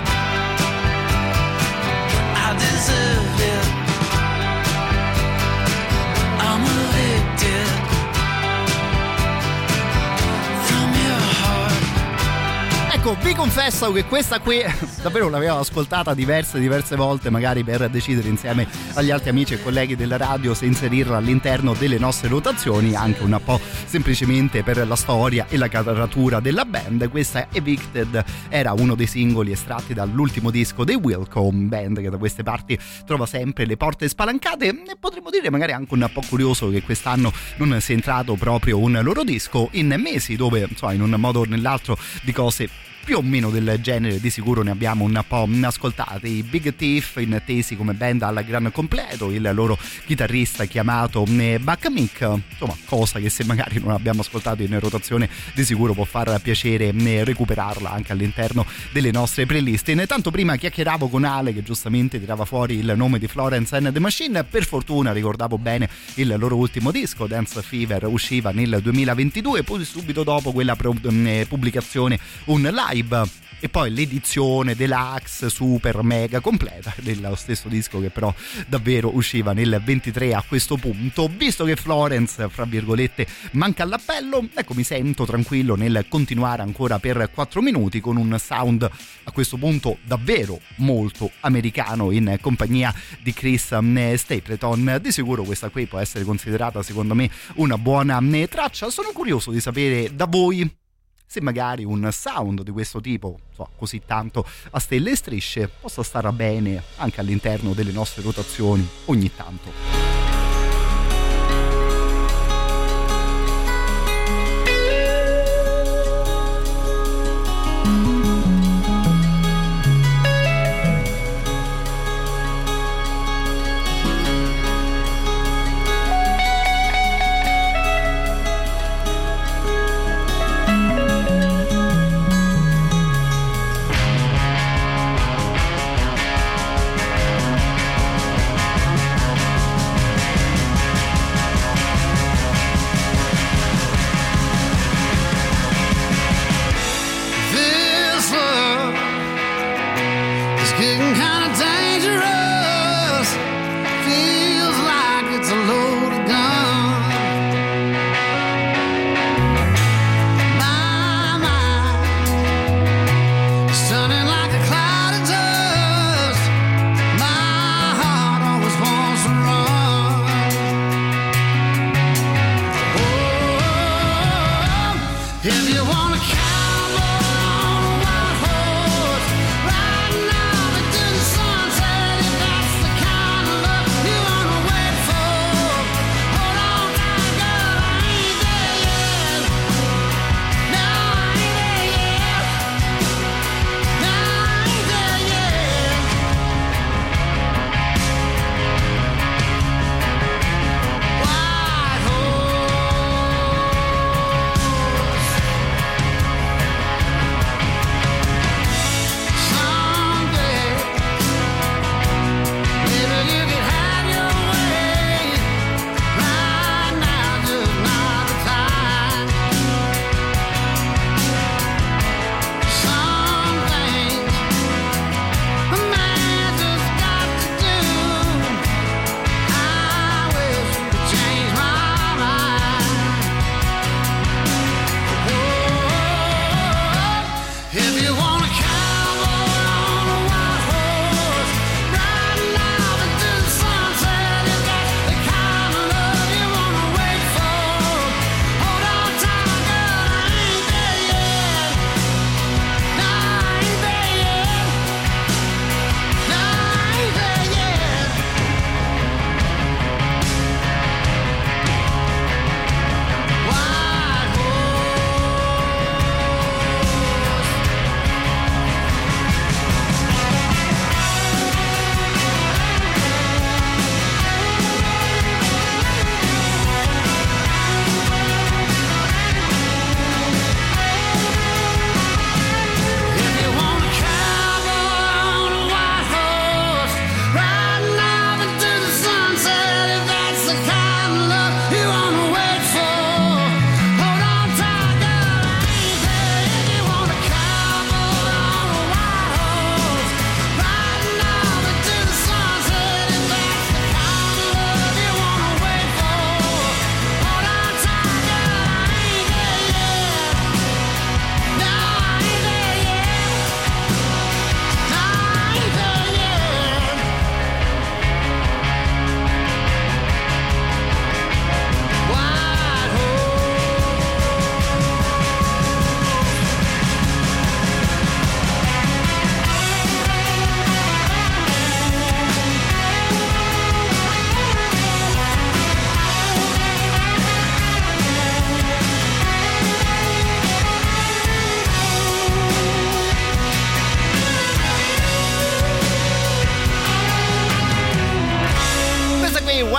Speaker 4: Ecco, vi confesso che questa qui davvero l'avevo ascoltata diverse volte, magari per decidere insieme agli altri amici e colleghi della radio se inserirla all'interno delle nostre rotazioni, anche un po' semplicemente per la storia e la caratura della band. Questa Evicted era uno dei singoli estratti dall'ultimo disco dei Wilco, band che da queste parti trova sempre le porte spalancate, e potremmo dire magari anche un po' curioso che quest'anno non sia entrato proprio un loro disco in mesi dove, insomma, in un modo o nell'altro di cose più o meno del genere di sicuro ne abbiamo un po' ascoltati. I Big Thief, intesi come band al gran completo, il loro chitarrista chiamato Buck Meek, insomma cosa che se magari non abbiamo ascoltato in rotazione di sicuro può far piacere recuperarla anche all'interno delle nostre playlist. Intanto prima chiacchieravo con Ale che giustamente tirava fuori il nome di Florence and the Machine, per fortuna ricordavo bene il loro ultimo disco, Dance Fever, usciva nel 2022, poi subito dopo quella pubblicazione un live e poi l'edizione deluxe super mega completa dello stesso disco che però davvero usciva nel 23 a questo punto. Visto che Florence fra virgolette manca all'appello, ecco mi sento tranquillo nel continuare ancora per 4 minuti con un sound a questo punto davvero molto americano in compagnia di Chris Stapleton. Di sicuro questa qui può essere considerata secondo me una buona traccia. Sono curioso di sapere da voi se magari un sound di questo tipo, così tanto a stelle e strisce, possa stare bene anche all'interno delle nostre rotazioni ogni tanto.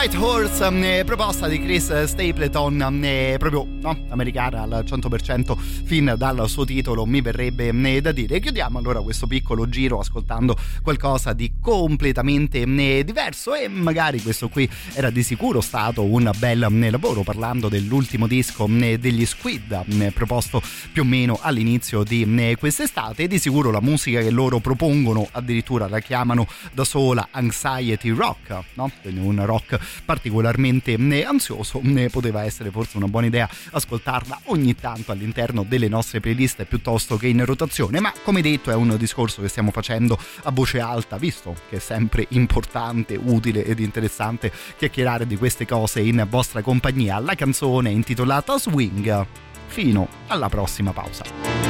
Speaker 4: White Horse, proposta di Chris Stapleton, proprio americana al 100% fin dal suo titolo, mi verrebbe da dire. Chiudiamo allora questo piccolo giro ascoltando qualcosa di completamente diverso, e magari questo qui era di sicuro stato un bel lavoro, parlando dell'ultimo disco degli Squid, proposto più o meno all'inizio di quest'estate. Di sicuro la musica che loro propongono addirittura la chiamano da sola anxiety rock, no? Quindi un rock particolarmente ansioso. Poteva essere forse una buona idea ascoltarla ogni tanto all'interno delle nostre playlist piuttosto che in rotazione, ma come detto è un discorso che stiamo facendo a voce alta, visto che è sempre importante, utile ed interessante chiacchierare di queste cose in vostra compagnia. La canzone è intitolata Swing. Fino alla prossima pausa.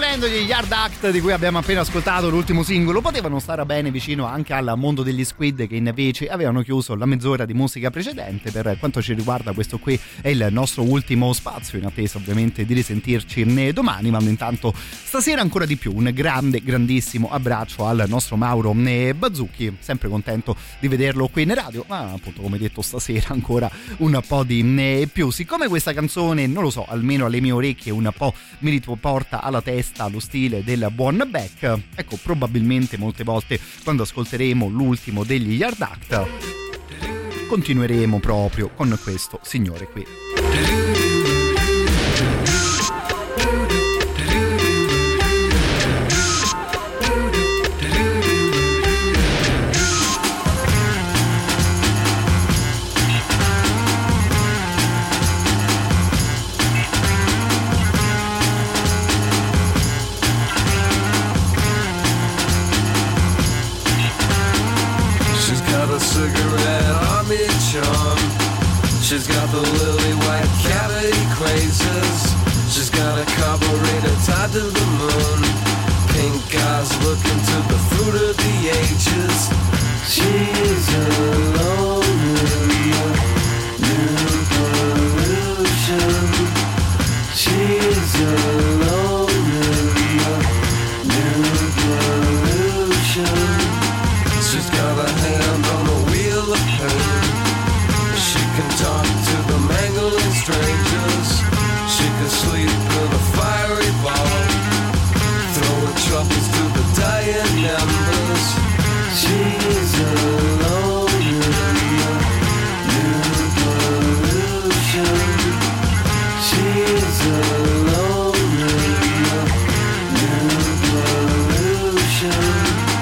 Speaker 4: Rimanendo gli Yard Act di cui abbiamo appena ascoltato l'ultimo singolo, potevano stare bene vicino anche al mondo degli Squid, che invece avevano chiuso la mezz'ora di musica precedente. Per quanto ci riguarda, questo qui è il nostro ultimo spazio, in attesa ovviamente di risentirci domani, ma intanto stasera ancora di più un grandissimo abbraccio al nostro Mauro Bazzucchi, sempre contento di vederlo qui in radio, ma appunto come detto stasera ancora un po' di più. Siccome questa canzone, non lo so, almeno alle mie orecchie un po' mi riporta alla testa lo stile del buon Beck, ecco, probabilmente molte volte quando ascolteremo l'ultimo degli Yard Act continueremo proprio con questo signore qui.
Speaker 12: She's got the lily white cavity crazes. She's got a carburetor tied to the moon. Pink eyes looking to the fruit of the ages. She's alone in the new pollution. She's alone in the new pollution. She's got a hand on the wheel of pain. She can talk to the mangling strangers. She can sleep in a fiery ball, throwing troubles to the dying embers. She's alone in the new pollution. She's alone in the new pollution.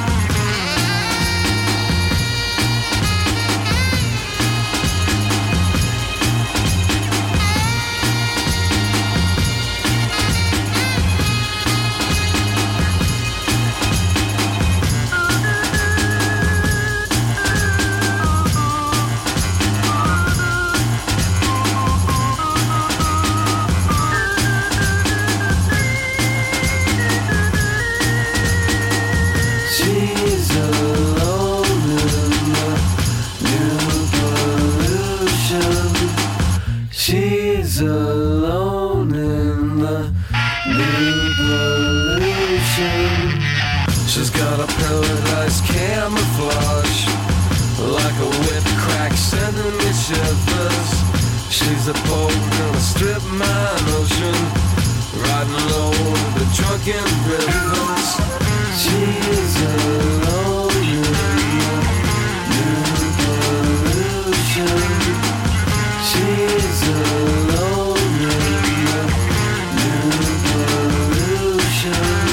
Speaker 12: She's alone in the new pollution. She's got a paradise camouflage, like a whipped crack sending me shivers. She's a boat in a strip mine ocean, riding low in the drunken rivers. She's alone in the new pollution. She's alone in the new pollution.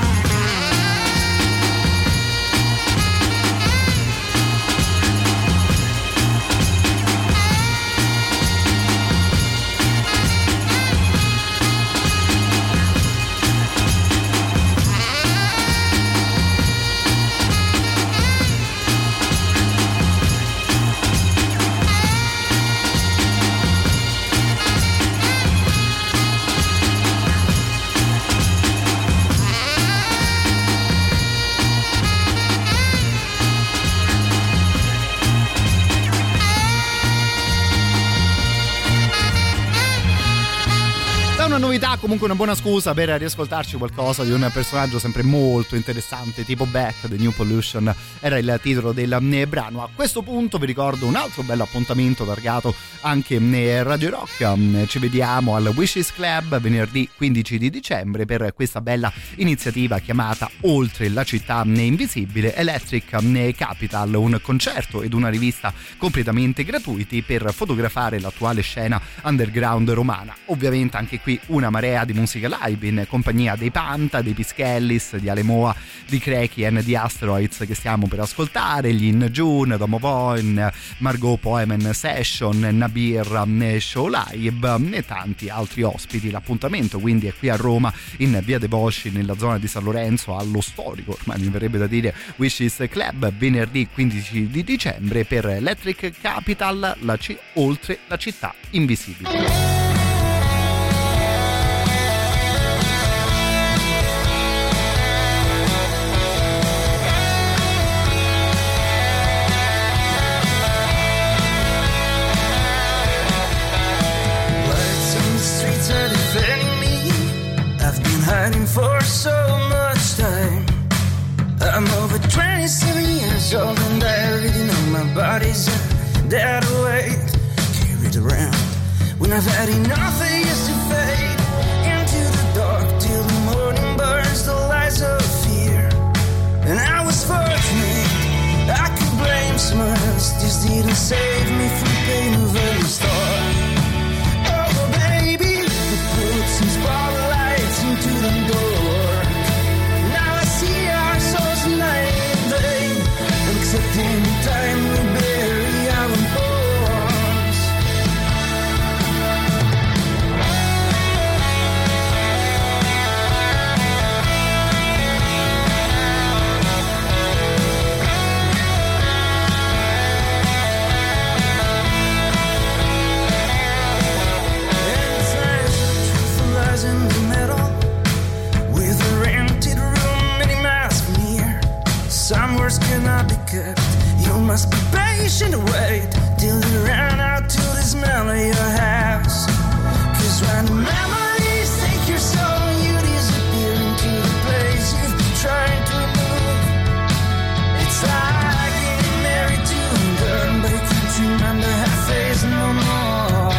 Speaker 4: Una novità, comunque una buona scusa per riascoltarci qualcosa di un personaggio sempre molto interessante, tipo Beck. The New Pollution era il titolo del brano. A questo punto vi ricordo un altro bello appuntamento targato anche Radio Rock. Ci vediamo al Wishes Club venerdì 15 di dicembre per questa bella iniziativa chiamata Oltre la città invisibile, Electric Capital, un concerto ed una rivista completamente gratuiti per fotografare l'attuale scena underground romana. Ovviamente anche qui una marea di musica live in compagnia dei Panta, dei Pischellis, di Alemoa, di Krekien, di Asteroids che stiamo per ascoltare, gli In June, Domo Voin, Margot Poemen Session, Nabir Show Live e tanti altri ospiti. L'appuntamento quindi è qui a Roma in via De Bosci, nella zona di San Lorenzo, allo storico, ormai mi verrebbe da dire, Wishes Club, venerdì 15 di dicembre per Electric Capital, Oltre la città invisibile.
Speaker 20: 27 years old and I already know my body's a dead weight. Carried around when I've had enough, I used to fade into the dark till the morning burns the lights of fear. And I was fortunate, I could blame someone else. This didn't save me from pain of any start. Oh baby, I put some spotlights into the door. Now I see our souls night and day, except in time we bury our bones. In the middle, with a rented room many miles from here. Some words cannot be kept. You must be patient and wait till you run out to the smell of your house. 'Cause when the memories take your soul, you disappear into the place you've been trying to move. It's like getting married to a girl, but you can't remember her face no more.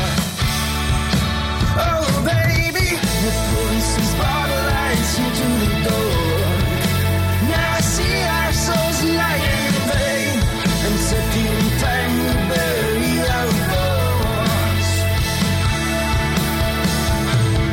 Speaker 20: Oh baby, putting some spotlights into the door. Now I see our souls light in vain, and second time we bury our bones.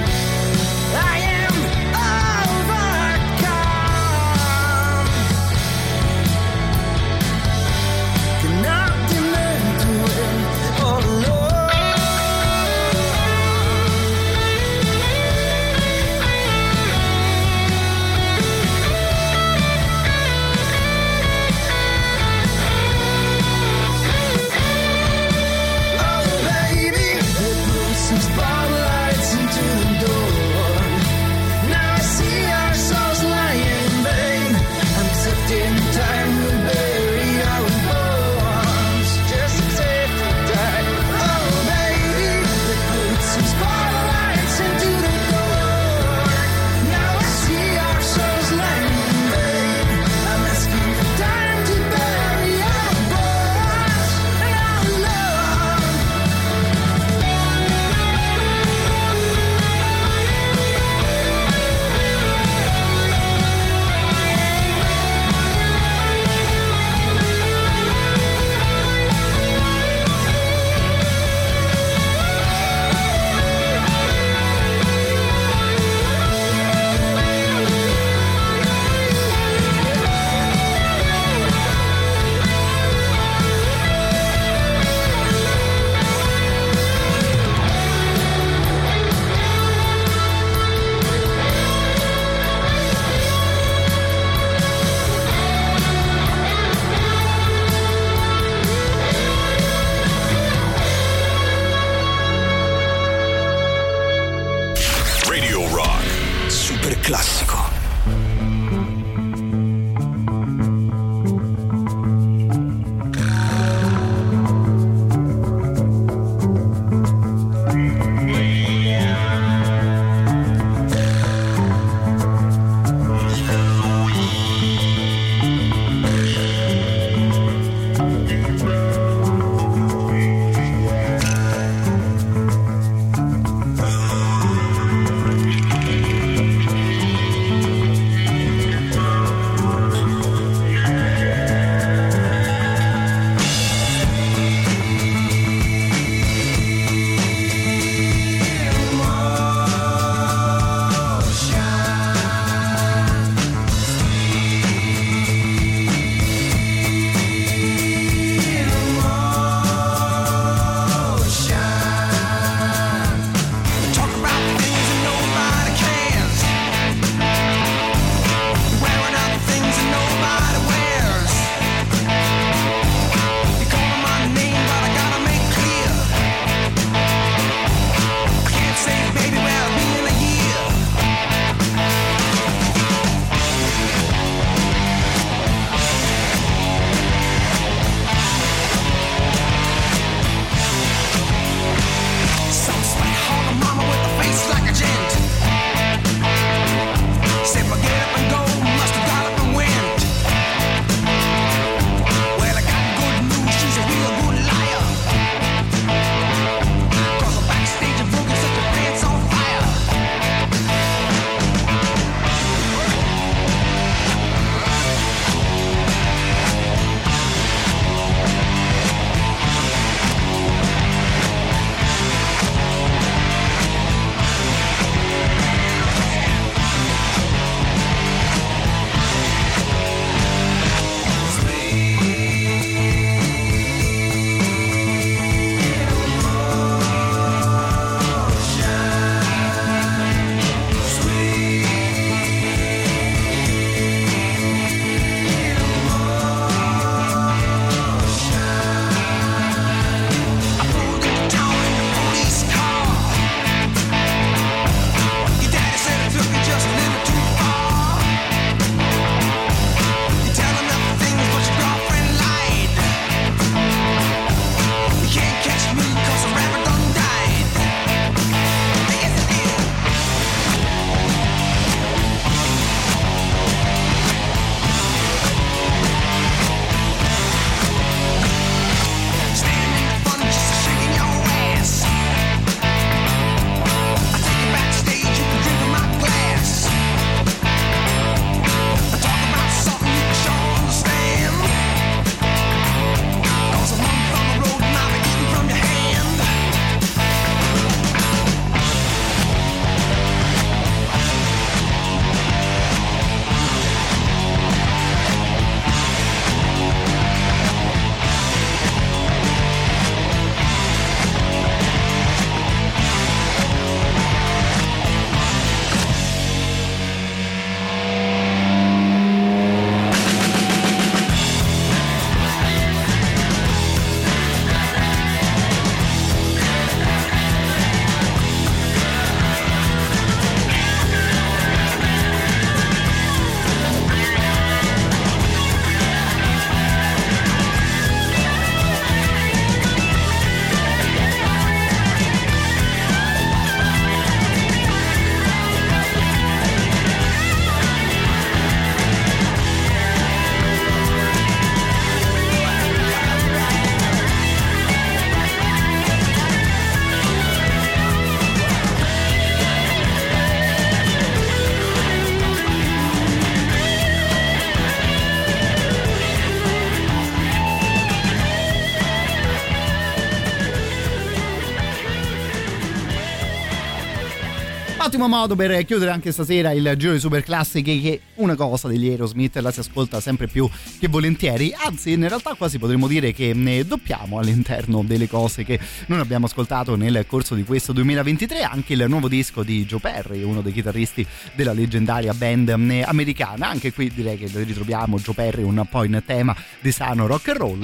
Speaker 4: Ottimo modo per chiudere anche stasera il giro di super classiche, che una cosa degli Aerosmith la si ascolta sempre più che volentieri, anzi in realtà quasi potremmo dire che ne doppiamo all'interno delle cose che non abbiamo ascoltato nel corso di questo 2023. Anche il nuovo disco di Joe Perry, uno dei chitarristi della leggendaria band americana, anche qui direi che ritroviamo Joe Perry un po' in tema di sano rock and roll,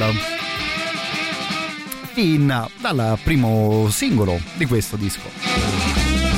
Speaker 4: fin dal primo singolo di questo disco.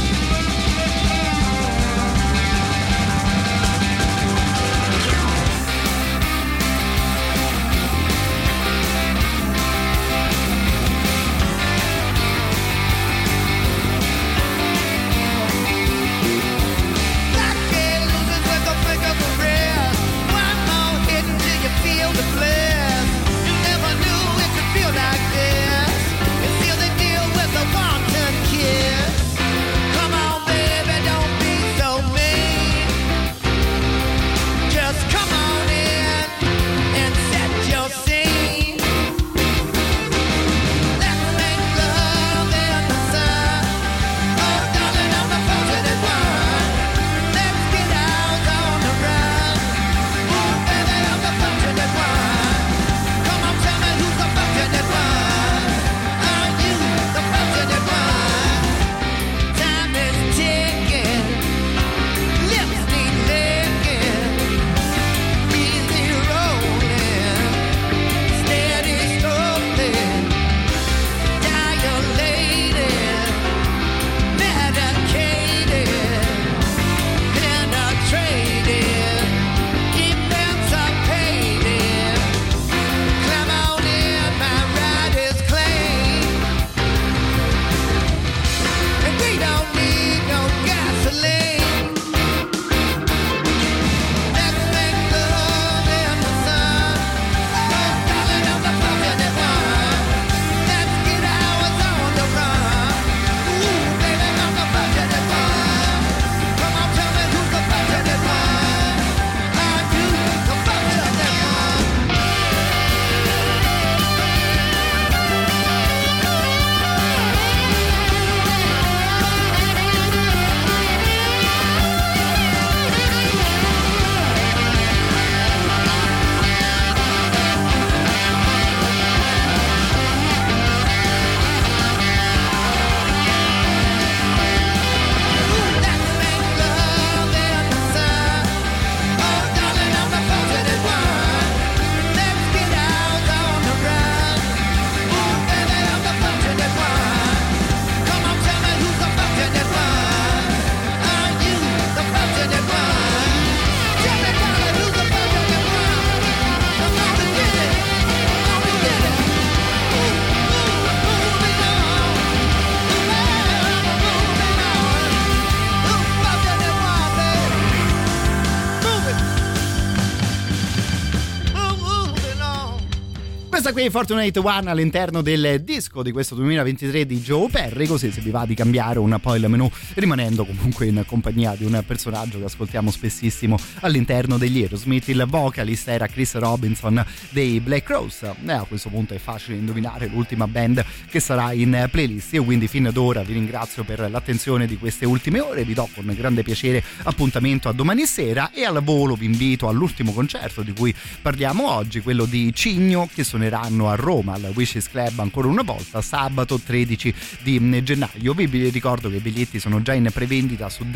Speaker 4: qui Fortunate One all'interno del disco di questo 2023 di Joe Perry, così se vi va di cambiare un po' il menù, rimanendo comunque in compagnia di un personaggio che ascoltiamo spessissimo all'interno degli Aerosmith. Il vocalist era Chris Robinson dei Black Crowes. A questo punto è facile indovinare l'ultima band che sarà in playlist. Io quindi fin d'ora vi ringrazio per l'attenzione di queste ultime ore, vi do con grande piacere appuntamento a domani sera e al volo vi invito all'ultimo concerto di cui parliamo oggi, quello di Cigno, che suoneranno a Roma al Wishes Club ancora una volta sabato 13 di gennaio. Vi ricordo che i biglietti sono già in prevendita su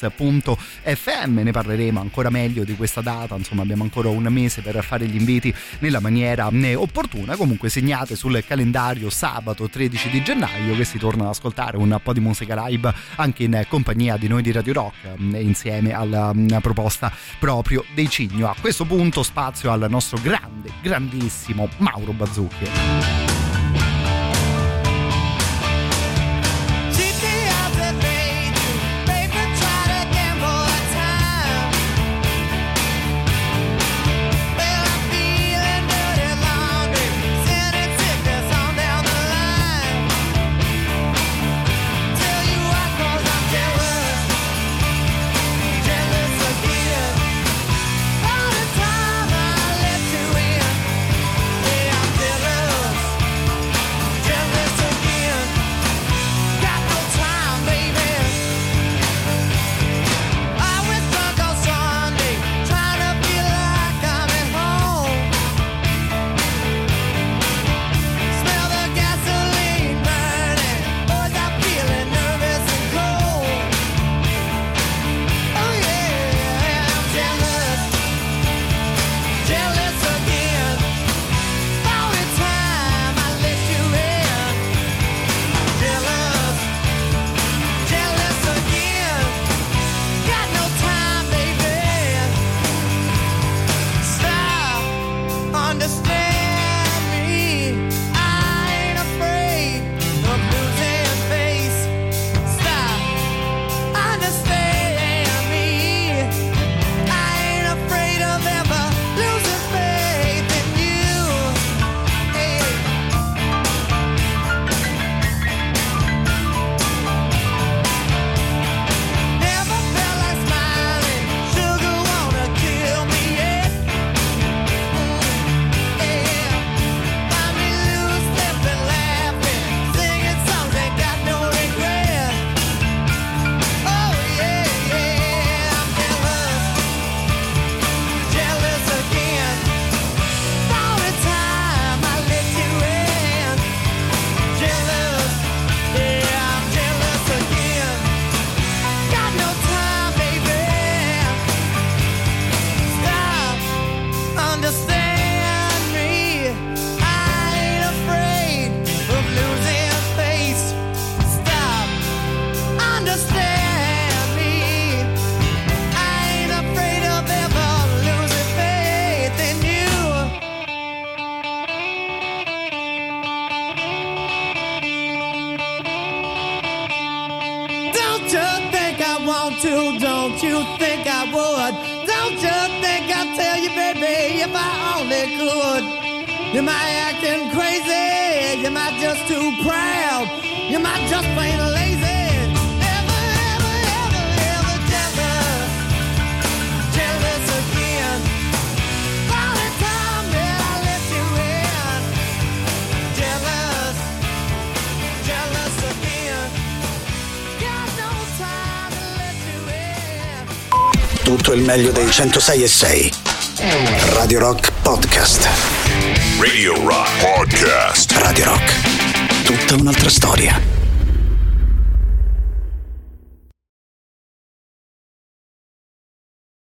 Speaker 4: dice.fm, ne parleremo ancora meglio di questa data, insomma abbiamo ancora un mese per fare gli inviti nella maniera opportuna. Comunque segnate sul calendario sabato 13 di gennaio che si torna ad ascoltare un po' di musica live anche in compagnia di noi di Radio Rock, insieme alla proposta proprio dei Cigno. A questo punto spazio al nostro grandissimo Mauro Bazzucchi.
Speaker 11: All the time I let you in, yeah, I'm jealous. would. Don't you think I'd tell you, baby, if I only could. You might acting crazy, you might just too proud, you might just plain lazy.
Speaker 1: Tutto il meglio dei 106.6 Radio Rock Podcast.
Speaker 2: Radio Rock Podcast.
Speaker 1: Radio Rock, tutta un'altra storia.